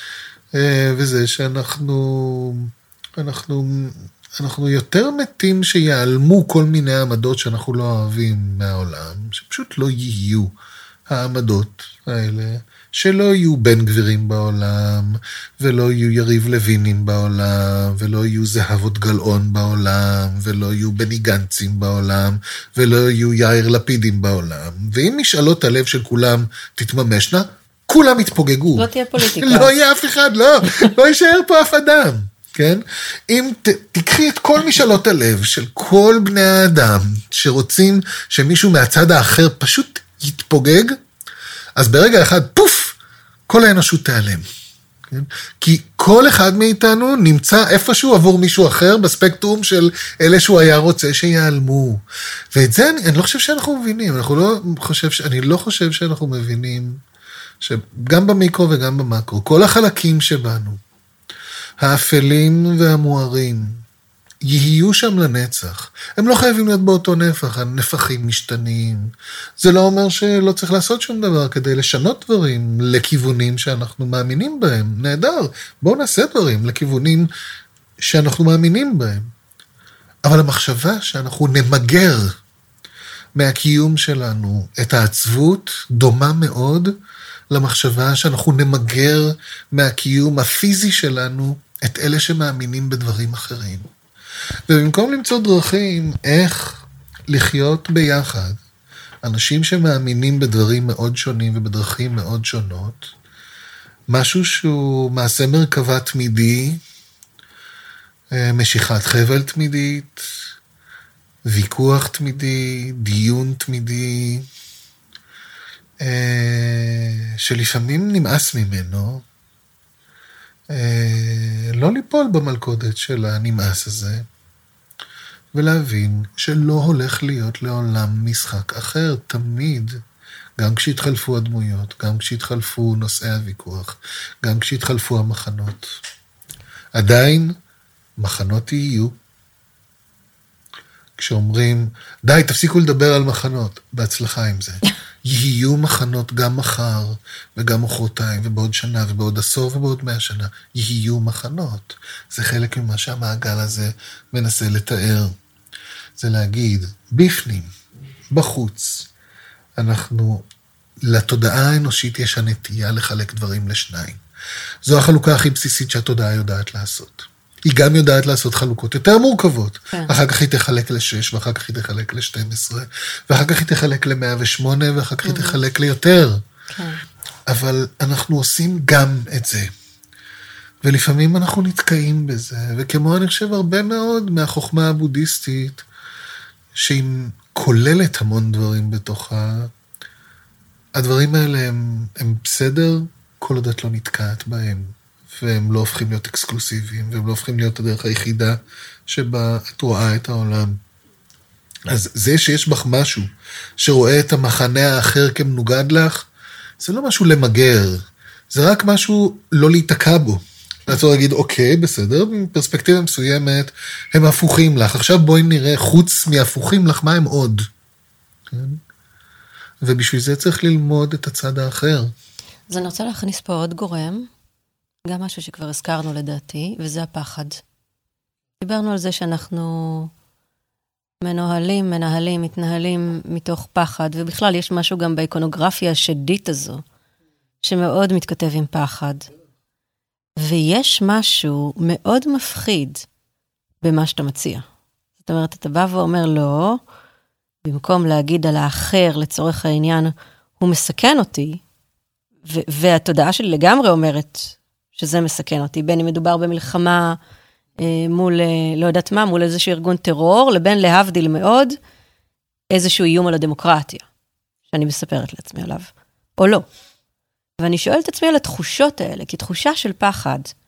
A: וזה שאנחנו אנחנו, אנחנו יותר מתים שיעלמו כל מיני עמדות שאנחנו לא אוהבים מהעולם, שפשוט לא יהיו העמדות האלה, שלא יהיו בן גבירים בעולם, ולא יהיו יריב לוינים בעולם, ולא יהיו זהבות גלאון בעולם, ולא יהיו בני גנצים בעולם, ולא יהיו יאיר לפידים בעולם. ואם משאלות הלב של כולם תתממשנה, כולם יתפוגגו.
B: לא תהיה פוליטיקה.
A: לא יהיה אף אחד, לא. לא יישאר פה אף אדם. כן? אם ת, תקחי את כל משאלות הלב של כל בני האדם שרוצים שמישהו מהצד האחר פשוט יתפוגג, אז ברגע אחד, פוף, כל האנושות תיעלם. כן? כי כל אחד מאיתנו נמצא איפשהו עבור מישהו אחר בספקטרום של אלה שהוא היה רוצה שיעלמו. ואת זה אני, אני לא חושב שאנחנו מבינים. אנחנו לא חושב, אני לא חושב שאנחנו מבינים שגם במיקרו וגם במקרו, כל החלקים שבנו, האפלים והמוארים, יהיו שם לנצח. הם לא חייבים להיות באותו נפח, הנפחים משתנים. זה לא אומר שלא צריך לעשות שום דבר כדי לשנות דברים לכיוונים שאנחנו מאמינים בהם. נהדר, בואו נעשה דברים לכיוונים שאנחנו מאמינים בהם. אבל המחשבה שאנחנו נמגר מהקיום שלנו את העצבות דומה מאוד למחשבה שאנחנו נמגר מהקיום הפיזי שלנו את אלה שמאמינים בדברים אחרים. ובמקום למצוא דרכים איך לחיות ביחד, אנשים שמאמינים בדברים מאוד שונים ובדרכים מאוד שונות, משהו שהוא מעשה מרכבה תמידי, משיכת חבל תמידית, ויכוח תמידי, דיון תמידי, שלפעמים נמאס ממנו, לא ליפול במלכודת של הנמאס הזה, ולהבין שלא הולך להיות לעולם משחק אחר, תמיד, גם כשהתחלפו הדמויות, גם כשהתחלפו נושאי הוויכוח, גם כשהתחלפו המחנות. עדיין מחנות יהיו. כשאומרים, די, תפסיקו לדבר על מחנות, בהצלחה עם זה. יהיו מחנות גם מחר, וגם מחרתיים, ובעוד שנה, ובעוד עשור, ובעוד מאה שנה. יהיו מחנות. זה חלק ממה שהמעגל הזה מנסה לתאר. זה להגיד, בפנים, בחוץ, אנחנו, לתודעה האנושית יש הנטייה לחלק דברים לשניים. זו החלוקה הכי בסיסית שהתודעה יודעת לעשות. היא גם יודעת לעשות חלוקות יותר מורכבות. כן. אחר כך היא תחלק לשש, ואחר כך היא תחלק לשתים עשרה, ואחר כך היא תחלק למאה ושמונה, ואחר כך היא תחלק ליותר. כן. אבל אנחנו עושים גם את זה. ולפעמים אנחנו נתקעים בזה, וכמו אני חושב הרבה מאוד מהחוכמה הבודהיסטית, שהיא כוללת המון דברים בתוכה, הדברים האלה הם, הם בסדר, כל עוד את לא נתקעת בהם. והם לא הופכים להיות אקסקלוסיביים, והם לא הופכים להיות הדרך היחידה שבה את רואה את העולם. אז זה שיש בך משהו שרואה את המחנה האחר כמנוגד לך, זה לא משהו למגר, זה רק משהו לא להיתקע בו. לעצור להגיד, אוקיי, בסדר, בפרספקטיבה מסוימת, הם הפוכים לך. עכשיו בואי נראה, חוץ מהפוכים לך, מה הם עוד? כן? ובשביל זה צריך ללמוד את הצד האחר.
B: אז אני רוצה להכניס פה עוד גורם, גם משהו שכבר הזכרנו לדעתי, וזה הפחד. דיברנו על זה שאנחנו מנוהלים, מנהלים, מתנהלים מתוך פחד, ובכלל יש משהו גם באיקונוגרפיה השדית הזו, שמאוד מתכתב עם פחד. ויש משהו מאוד מפחיד במה שאתה מציע. זאת אומרת, אתה בא ואומר לא, במקום להגיד על האחר לצורך העניין, הוא מסכן אותי, ו- והתודעה שלי לגמרי אומרת שזה מסכן אותי, בין אם מדובר במלחמה אה, מול, אה, לא יודעת מה, מול איזשהו ארגון טרור, לבין להבדיל מאוד איזשהו איום על הדמוקרטיה, שאני מספרת לעצמי עליו, או לא. ואני שואלת את עצמי על התחושות האלה, כי תחושה של פחד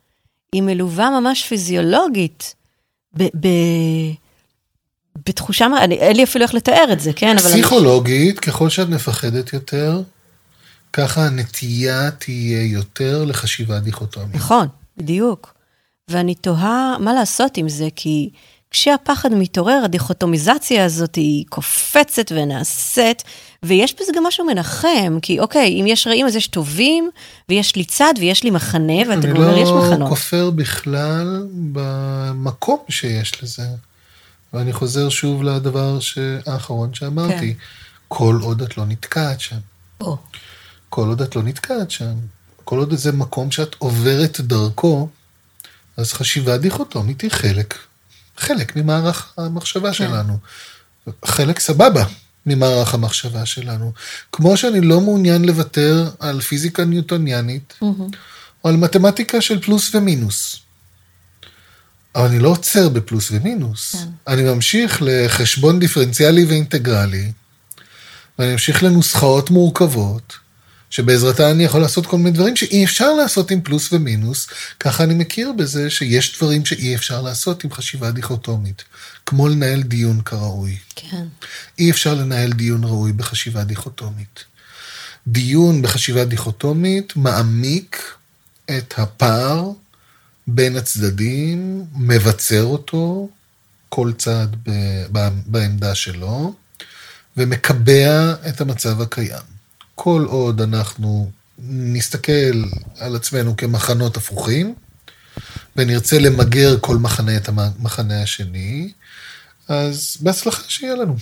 B: היא מלווה ממש פיזיולוגית, ב- ב- בתחושה, אין לי אפילו איך לתאר את זה, כן?
A: פסיכולוגית, אבל... ככל שאת מפחדת יותר, ככה הנטייה תהיה יותר לחשיבה דיכוטומית.
B: נכון, בדיוק. ואני תוהה מה לעשות עם זה, כי כשהפחד מתעורר, הדיכוטומיזציה הזאת היא קופצת ונעשית, ויש בזה גם משהו מנחם, כי אוקיי, אם יש רעים אז יש טובים, ויש לי צד ויש לי מחנה, ואתה אומר, יש מחנות.
A: אני לא כופר בכלל במקום שיש לזה. ואני חוזר שוב לדבר האחרון שאמרתי, כן. כל עוד את לא נתקעת שם. או. כל עוד את לא נתקעת שם. כל עוד זה מקום שאת עוברת דרכו, אז חשיבה דיכוטומית היא חלק, חלק ממערך המחשבה כן. שלנו. חלק סבבה ממערך המחשבה שלנו. כמו שאני לא מעוניין לוותר על פיזיקה ניוטוניאנית, mm-hmm. או על מתמטיקה של פלוס ומינוס. אבל אני לא עוצר בפלוס ומינוס. כן. אני ממשיך לחשבון דיפרנציאלי ואינטגרלי, ואני ממשיך לנוסחאות מורכבות, שבעזרתה אני יכול לעשות כל מיני דברים שאי אפשר לעשות עם פלוס ומינוס, ככה אני מכיר בזה שיש דברים שאי אפשר לעשות עם חשיבה דיכוטומית, כמו לנהל דיון כראוי.
B: כן.
A: אי אפשר לנהל דיון ראוי בחשיבה דיכוטומית. דיון בחשיבה דיכוטומית מעמיק את הפער בין הצדדים, מבצר אותו, כל צד בעמדה שלו, ומקבע את המצב הקיים. כל עוד אנחנו נסתכל על עצמנו כמחנות הפוכים, ונרצה למגר כל מחנה את המחנה השני, אז בהצלחה שיהיה לנו.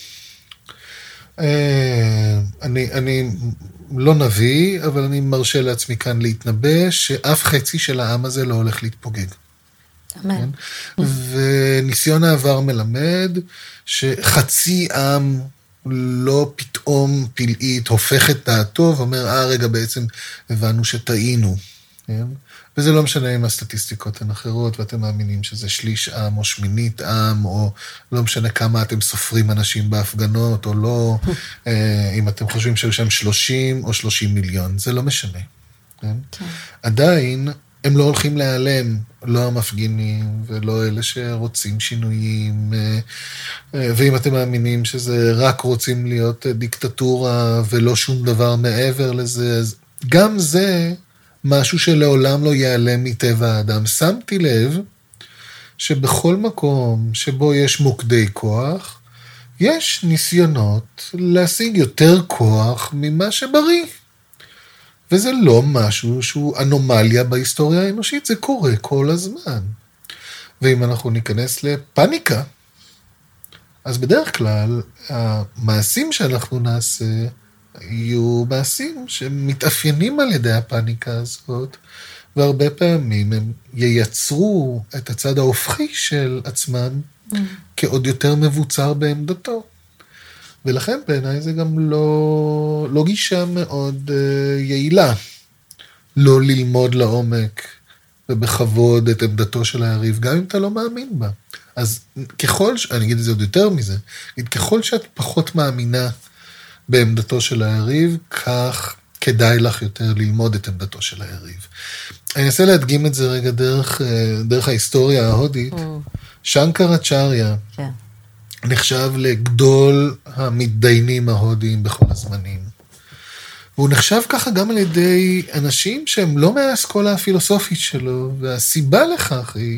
A: אני, אני לא נביא, אבל אני מרשה לעצמי כאן להתנבא, שאף חצי של העם הזה לא הולך להתפוגג.
B: אמן.
A: וניסיון העבר מלמד, שחצי עם לא פתאום פלאית הופך את דעתו, ואומר, אה, רגע, בעצם הבנו שטעינו. כן? וזה לא משנה אם הסטטיסטיקות הן אחרות, ואתם מאמינים שזה שליש עם, או שמינית עם, או לא משנה כמה אתם סופרים אנשים בהפגנות, או לא, אם אתם חושבים שהיו שם שלושים או שלושים מיליון, זה לא משנה. כן? כן. עדיין, הם לא הולכים להיעלם, לא המפגינים, ולא אלה שרוצים שינויים, ואם אתם מאמינים שזה רק רוצים להיות דיקטטורה, ולא שום דבר מעבר לזה, אז גם זה משהו שלעולם לא ייעלם מטבע האדם. שמתי לב שבכל מקום שבו יש מוקדי כוח, יש ניסיונות להשיג יותר כוח ממה שבריא. וזה לא משהו שהוא אנומליה בהיסטוריה האנושית, זה קורה כל הזמן. ואם אנחנו ניכנס לפאניקה, אז בדרך כלל המעשים שאנחנו נעשה יהיו מעשים שמתאפיינים על ידי הפאניקה הזאת, והרבה פעמים הם ייצרו את הצד ההופכי של עצמם mm. כעוד יותר מבוצר בעמדתו. ולכן בעיניי זה גם לא, לא גישה מאוד uh, יעילה, לא ללמוד לעומק ובכבוד את עמדתו של היריב, גם אם אתה לא מאמין בה. אז ככל, ש... אני אגיד את זה עוד יותר מזה, ככל שאת פחות מאמינה בעמדתו של היריב, כך כדאי לך יותר ללמוד את עמדתו של היריב. אני אנסה להדגים את זה רגע דרך, דרך ההיסטוריה ההודית. Mm. שנקראצ'ריה כן. נחשב לגדול המתדיינים ההודיים בכל הזמנים. והוא נחשב ככה גם על ידי אנשים שהם לא מהאסכולה הפילוסופית שלו, והסיבה לכך היא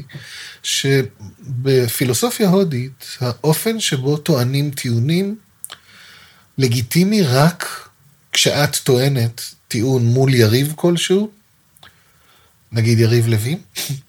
A: שבפילוסופיה הודית, האופן שבו טוענים טיעונים, לגיטימי רק כשאת טוענת טיעון מול יריב כלשהו, נגיד יריב לוין,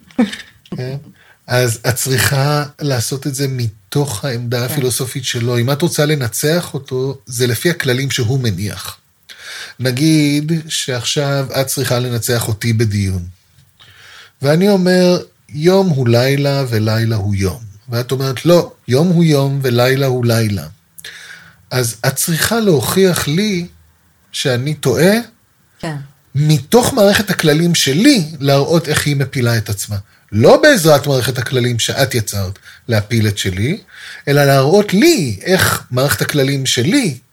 A: אז את צריכה לעשות את זה מתוך העמדה הפילוסופית שלו. אם את רוצה לנצח אותו, זה לפי הכללים שהוא מניח. נגיד שעכשיו את צריכה לנצח אותי בדיון. ואני אומר, יום הוא לילה ולילה הוא יום. ואת אומרת, לא, יום הוא יום ולילה הוא לילה. אז את צריכה להוכיח לי שאני טועה, כן. מתוך מערכת הכללים שלי, להראות איך היא מפילה את עצמה. לא בעזרת מערכת הכללים שאת יצרת להפיל את שלי, אלא להראות לי איך מערכת הכללים שלי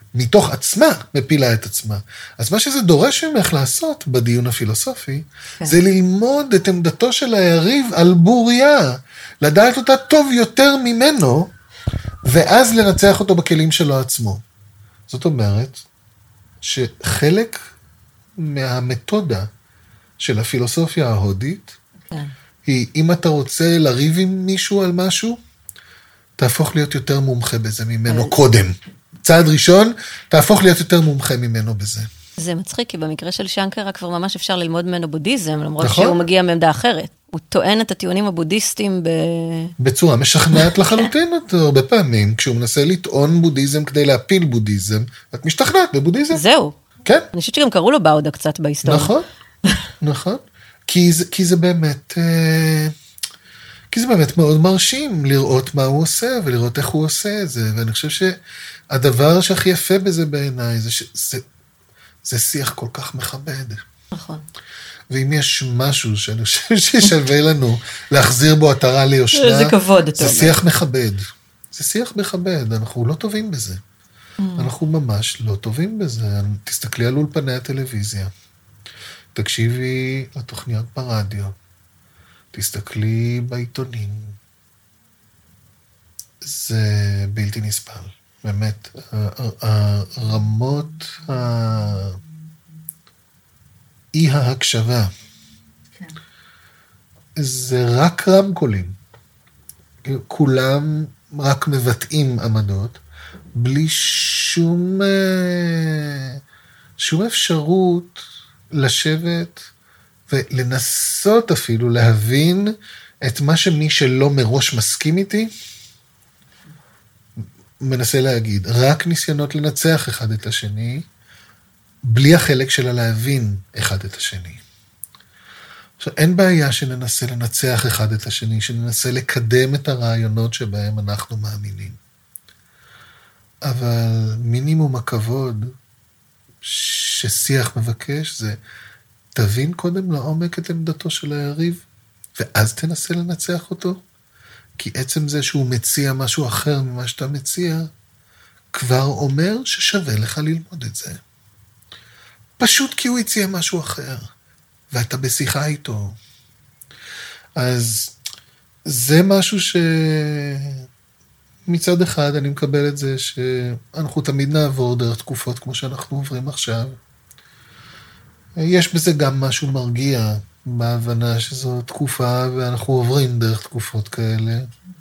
A: מתוך עצמה מפילה את עצמה. אז מה שזה דורש ממך לעשות בדיון הפילוסופי, כן. זה ללמוד את עמדתו של היריב על בוריה, לדעת אותה טוב יותר ממנו, ואז לנצח אותו בכלים שלו עצמו. זאת אומרת, שחלק מהמתודה של הפילוסופיה ההודית, כן. היא, אם אתה רוצה לריב עם מישהו על משהו, תהפוך להיות יותר מומחה בזה ממנו כן. קודם. צעד ראשון, תהפוך להיות יותר מומחה ממנו בזה.
B: זה מצחיק, כי במקרה של שנקרה כבר ממש אפשר ללמוד ממנו בודהיזם, למרות נכון? שהוא מגיע מעמדה אחרת. הוא טוען את הטיעונים הבודהיסטים ב...
A: בצורה משכנעת לחלוטין אותו, הרבה פעמים, כשהוא מנסה לטעון בודהיזם כדי להפיל בודהיזם, את משתכנעת בבודהיזם.
B: זהו.
A: כן.
B: אני חושבת שגם קראו לו באודה קצת בהיסטוריה.
A: נכון, נכון. כי זה, כי זה באמת... כי זה באמת מאוד מרשים לראות מה הוא עושה, ולראות איך הוא עושה את זה, ואני חושב שהדבר שהכי יפה בזה בעיניי, זה שזה זה שיח כל כך מכבד.
B: נכון.
A: ואם יש משהו שאני חושב ששווה לנו להחזיר בו עטרה ליושנה,
B: זה כבוד,
A: זה שיח מכבד. זה שיח מכבד, אנחנו לא טובים בזה. אנחנו ממש לא טובים בזה. תסתכלי על אולפני הטלוויזיה, תקשיבי לתוכניות ברדיו, תסתכלי בעיתונים, זה בלתי נסבל. באמת, הרמות, אי ההקשבה, זה רק רמקולים. כולם רק מבטאים עמדות, בלי שום, שום אפשרות לשבת ולנסות אפילו להבין את מה שמי שלא מראש מסכים איתי, מנסה להגיד. רק ניסיונות לנצח אחד את השני, בלי החלק שלה להבין אחד את השני. עכשיו, אין בעיה שננסה לנצח אחד את השני, שננסה לקדם את הרעיונות שבהם אנחנו מאמינים. אבל מינימום הכבוד ששיח מבקש זה, תבין קודם לעומק את עמדתו של היריב, ואז תנסה לנצח אותו, כי עצם זה שהוא מציע משהו אחר ממה שאתה מציע, כבר אומר ששווה לך ללמוד את זה. פשוט כי הוא הציע משהו אחר, ואתה בשיחה איתו. אז זה משהו שמצד אחד אני מקבל את זה, שאנחנו תמיד נעבור דרך תקופות כמו שאנחנו עוברים עכשיו. יש בזה גם משהו מרגיע, בהבנה שזו תקופה, ואנחנו עוברים דרך תקופות כאלה.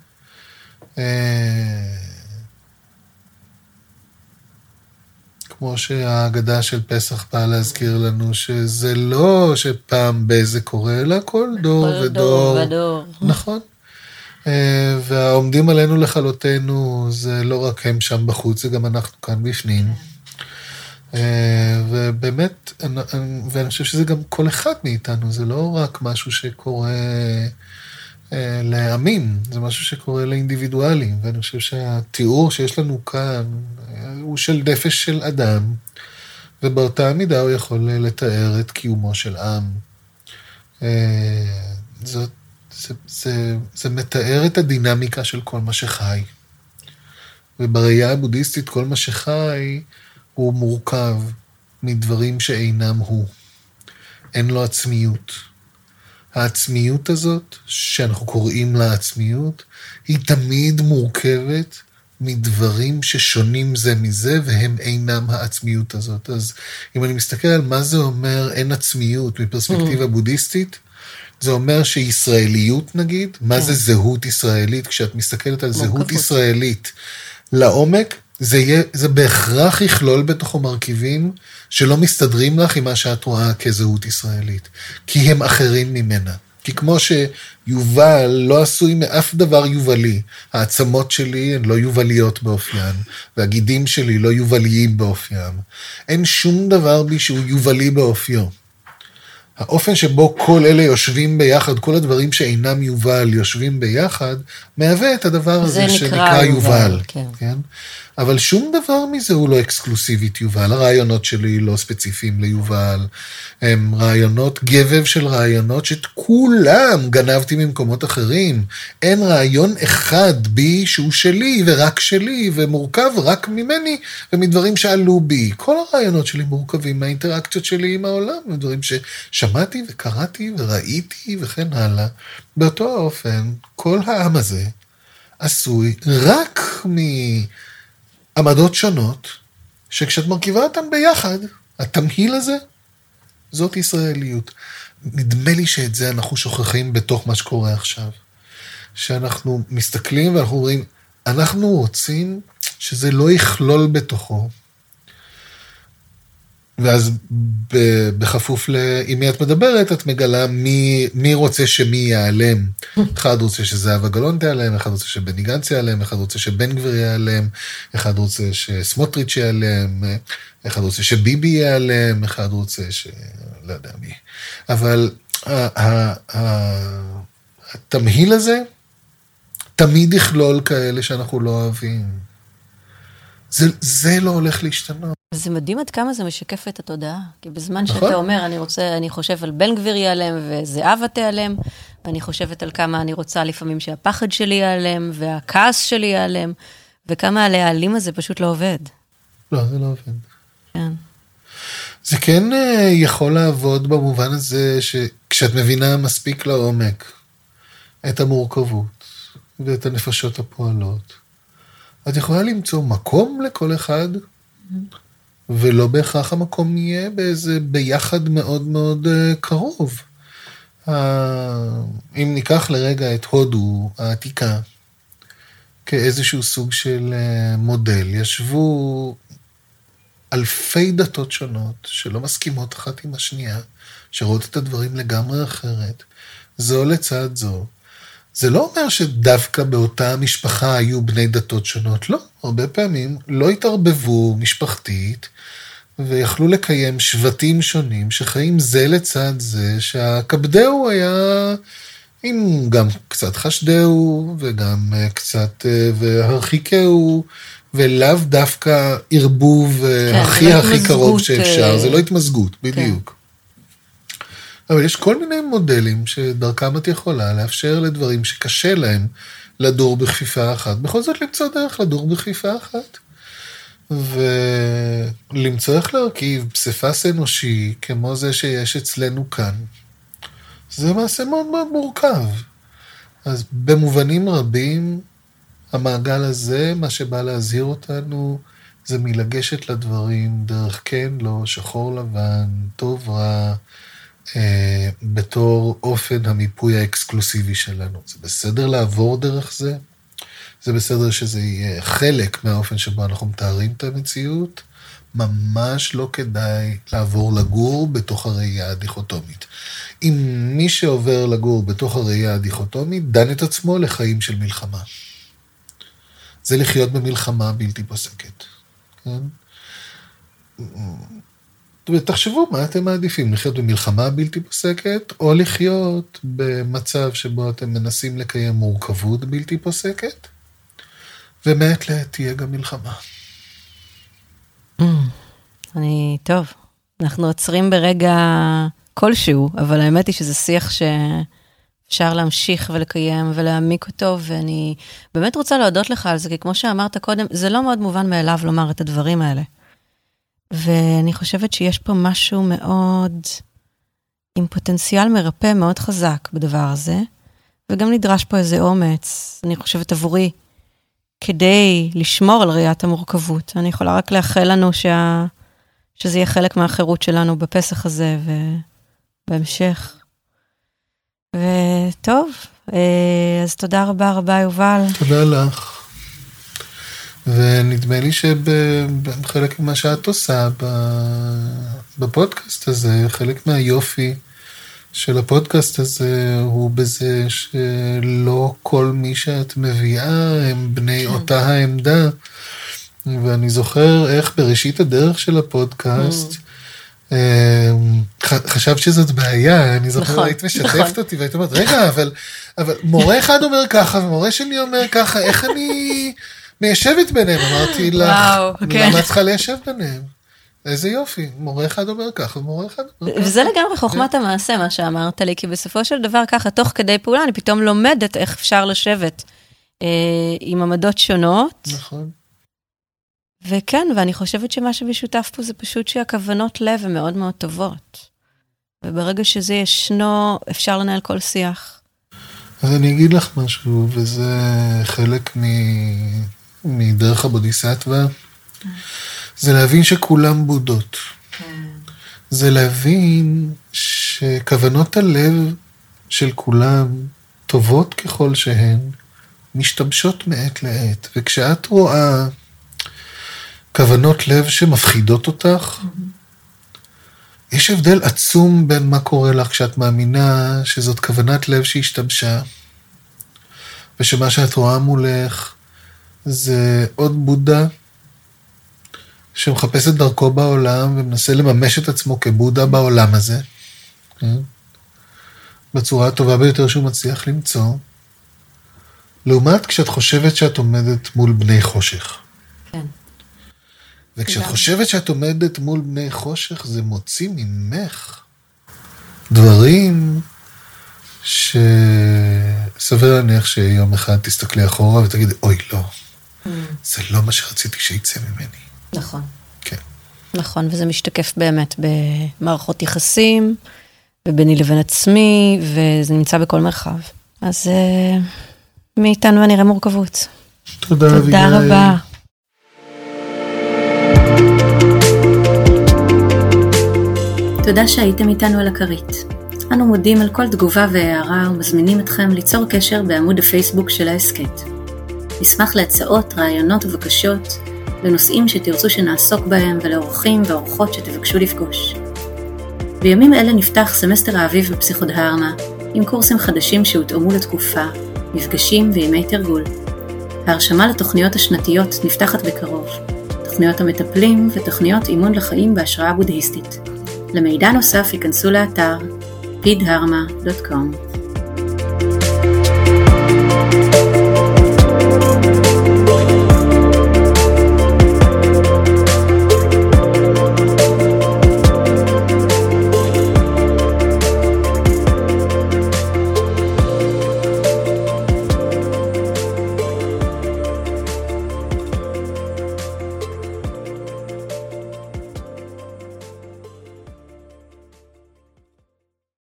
A: כמו שהאגדה של פסח באה להזכיר לנו, שזה לא שפעם באיזה קורה, אלא כל דור ודור.
B: דור ודור.
A: נכון. והעומדים עלינו לכלותנו, זה לא רק הם שם בחוץ, זה גם אנחנו כאן בפנים. ובאמת, ואני חושב שזה גם כל אחד מאיתנו, זה לא רק משהו שקורה לעמים, זה משהו שקורה לאינדיבידואלים, ואני חושב שהתיאור שיש לנו כאן הוא של נפש של אדם, ובאותה מידה הוא יכול לתאר את קיומו של עם. זאת, זה, זה, זה מתאר את הדינמיקה של כל מה שחי. ובראייה הבודהיסטית כל מה שחי הוא מורכב מדברים שאינם הוא. אין לו עצמיות. העצמיות הזאת, שאנחנו קוראים לה עצמיות, היא תמיד מורכבת מדברים ששונים זה מזה, והם אינם העצמיות הזאת. אז אם אני מסתכל על מה זה אומר אין עצמיות מפרספקטיבה בודהיסטית, זה אומר שישראליות נגיד, מה זה זהות ישראלית? כשאת מסתכלת על זהות ישראלית לעומק, זה, יהיה, זה בהכרח יכלול בתוכו מרכיבים שלא מסתדרים לך עם מה שאת רואה כזהות ישראלית, כי הם אחרים ממנה. כי כמו שיובל לא עשוי מאף דבר יובלי, העצמות שלי הן לא יובליות באופיין, והגידים שלי לא יובליים באופיים. אין שום דבר בי שהוא יובלי באופיו. האופן שבו כל אלה יושבים ביחד, כל הדברים שאינם יובל יושבים ביחד, מהווה את הדבר הזה שנקרא יובל. כן. כן? אבל שום דבר מזה הוא לא אקסקלוסיבית יובל. הרעיונות שלי לא ספציפיים ליובל. הם רעיונות, גבב של רעיונות שאת כולם גנבתי ממקומות אחרים. אין רעיון אחד בי שהוא שלי ורק שלי ומורכב רק ממני ומדברים שעלו בי. כל הרעיונות שלי מורכבים מהאינטראקציות שלי עם העולם, מדברים ששמעתי וקראתי וראיתי וכן הלאה. באותו האופן, כל העם הזה עשוי רק מ... עמדות שונות, שכשאת מרכיבה אותן ביחד, התמהיל הזה, זאת ישראליות. נדמה לי שאת זה אנחנו שוכחים בתוך מה שקורה עכשיו. שאנחנו מסתכלים ואנחנו אומרים, אנחנו רוצים שזה לא יכלול בתוכו. ואז בכפוף עם מי את מדברת, את מגלה מי, מי רוצה שמי ייעלם. אחד רוצה שזהבה גלאון תיעלם, אחד רוצה שבני גנץ ייעלם, אחד רוצה שבן גביר ייעלם, אחד רוצה שסמוטריץ' ייעלם, אחד רוצה שביבי ייעלם, אחד רוצה ש... לא יודע מי. אבל התמהיל הזה תמיד יכלול כאלה שאנחנו לא אוהבים. זה, זה לא הולך להשתנות.
B: זה מדהים עד כמה זה משקף את התודעה, כי בזמן נכון? שאתה אומר, אני רוצה, אני חושב על בן גביר ייעלם, וזהבה תיעלם, ואני חושבת על כמה אני רוצה לפעמים שהפחד שלי ייעלם, והכעס שלי ייעלם, וכמה הלהעלים הזה פשוט לא עובד.
A: לא, זה לא עובד.
B: כן.
A: זה כן יכול לעבוד במובן הזה, שכשאת מבינה מספיק לעומק, את המורכבות, ואת הנפשות הפועלות, את יכולה למצוא מקום לכל אחד, ולא בהכרח המקום יהיה באיזה ביחד מאוד מאוד קרוב. אם ניקח לרגע את הודו העתיקה, כאיזשהו סוג של מודל, ישבו אלפי דתות שונות, שלא מסכימות אחת עם השנייה, שרואות את הדברים לגמרי אחרת, זו לצד זו. זה לא אומר שדווקא באותה משפחה היו בני דתות שונות, לא. הרבה פעמים לא התערבבו משפחתית, ויכלו לקיים שבטים שונים, שחיים זה לצד זה, שהקבדהו היה עם גם קצת חשדהו, וגם קצת והרחיקהו, ולאו דווקא ערבוב כן, הכי הכי קרוב שאפשר. זה לא התמזגות, בדיוק. כן. אבל יש כל מיני מודלים שדרכם את יכולה לאפשר לדברים שקשה להם לדור בכפיפה אחת. בכל זאת למצוא דרך לדור בכפיפה אחת. ולמצוא איך להרכיב פסיפס אנושי כמו זה שיש אצלנו כאן. זה מעשה מאוד מאוד מורכב. אז במובנים רבים, המעגל הזה, מה שבא להזהיר אותנו, זה מלגשת לדברים דרך כן, לא, שחור לבן, טוב רע, אה, בתור אופן המיפוי האקסקלוסיבי שלנו. זה בסדר לעבור דרך זה, זה בסדר שזה יהיה חלק מהאופן שבו אנחנו מתארים את המציאות, ממש לא כדאי לעבור לגור בתוך הראייה הדיכוטומית. אם מי שעובר לגור בתוך הראייה הדיכוטומית, דן את עצמו לחיים של מלחמה. זה לחיות במלחמה בלתי פוסקת. כן? ותחשבו מה אתם מעדיפים, לחיות במלחמה בלתי פוסקת, או לחיות במצב שבו אתם מנסים לקיים מורכבות בלתי פוסקת, ומעת לעת תהיה גם מלחמה.
B: אני, טוב, אנחנו עוצרים ברגע כלשהו, אבל האמת היא שזה שיח שאפשר להמשיך ולקיים ולהעמיק אותו, ואני באמת רוצה להודות לך על זה, כי כמו שאמרת קודם, זה לא מאוד מובן מאליו לומר את הדברים האלה. ואני חושבת שיש פה משהו מאוד, עם פוטנציאל מרפא מאוד חזק בדבר הזה, וגם נדרש פה איזה אומץ, אני חושבת עבורי, כדי לשמור על ראיית המורכבות. אני יכולה רק לאחל לנו שה... שזה יהיה חלק מהחירות שלנו בפסח הזה, ובהמשך. וטוב, אז תודה רבה רבה יובל.
A: תודה לך. ונדמה לי שבחלק ממה שאת עושה בפודקאסט הזה, חלק מהיופי של הפודקאסט הזה הוא בזה שלא כל מי שאת מביאה הם בני אותה העמדה. ואני זוכר איך בראשית הדרך של הפודקאסט חשבת שזאת בעיה, אני זוכר, היית משתפת אותי, והיית אומרת, רגע, אבל מורה אחד אומר ככה, ומורה שני אומר ככה, איך אני מיישבת ביניהם? אמרתי לך, למה צריכה ליישב ביניהם? איזה יופי, מורה אחד אומר ככה, ומורה אחד אומר ככה.
B: וזה לגמרי חוכמת המעשה, מה שאמרת לי, כי בסופו של דבר ככה, תוך כדי פעולה, אני פתאום לומדת איך אפשר לשבת עם עמדות שונות.
A: נכון.
B: וכן, ואני חושבת שמה שמשותף פה זה פשוט שהכוונות לב הן מאוד מאוד טובות. וברגע שזה ישנו, אפשר לנהל כל שיח.
A: אז אני אגיד לך משהו, וזה חלק מ... מדרך הבודיסטווה, זה להבין שכולם בודות. זה להבין שכוונות הלב של כולם, טובות ככל שהן, משתמשות מעת לעת. וכשאת רואה כוונות לב שמפחידות אותך, יש הבדל עצום בין מה קורה לך כשאת מאמינה שזאת כוונת לב שהשתמשה, ושמה שאת רואה מולך זה עוד בודה שמחפש את דרכו בעולם ומנסה לממש את עצמו כבודה בעולם הזה, כן? בצורה הטובה ביותר שהוא מצליח למצוא, לעומת כשאת חושבת שאת עומדת מול בני חושך.
B: כן.
A: וכשאת חושבת שאת עומדת מול בני חושך, זה מוציא ממך דברים שסביר להניח שיום אחד תסתכלי אחורה ותגידי, אוי, לא, זה לא מה שרציתי שיצא ממני.
B: נכון.
A: כן.
B: נכון, וזה משתקף באמת במערכות יחסים, וביני לבין עצמי, וזה נמצא בכל מרחב. אז מאיתנו אני אראה מורכבות.
A: תודה, אביגיל.
B: תודה רבה. תודה שהייתם איתנו על הכרית. אנו מודים על כל תגובה והערה ומזמינים אתכם ליצור קשר בעמוד הפייסבוק של ההסקט. נשמח להצעות, רעיונות ובקשות לנושאים שתרצו שנעסוק בהם ולאורחים ואורחות שתבקשו לפגוש. בימים אלה נפתח סמסטר האביב בפסיכודהרמה עם קורסים חדשים שהותאמו לתקופה, מפגשים וימי תרגול. ההרשמה לתוכניות השנתיות נפתחת בקרוב, תוכניות המטפלים ותוכניות אימון לחיים בהשראה בודהיסטית. למידע נוסף ייכנסו לאתר פי דהרמה דוט קום.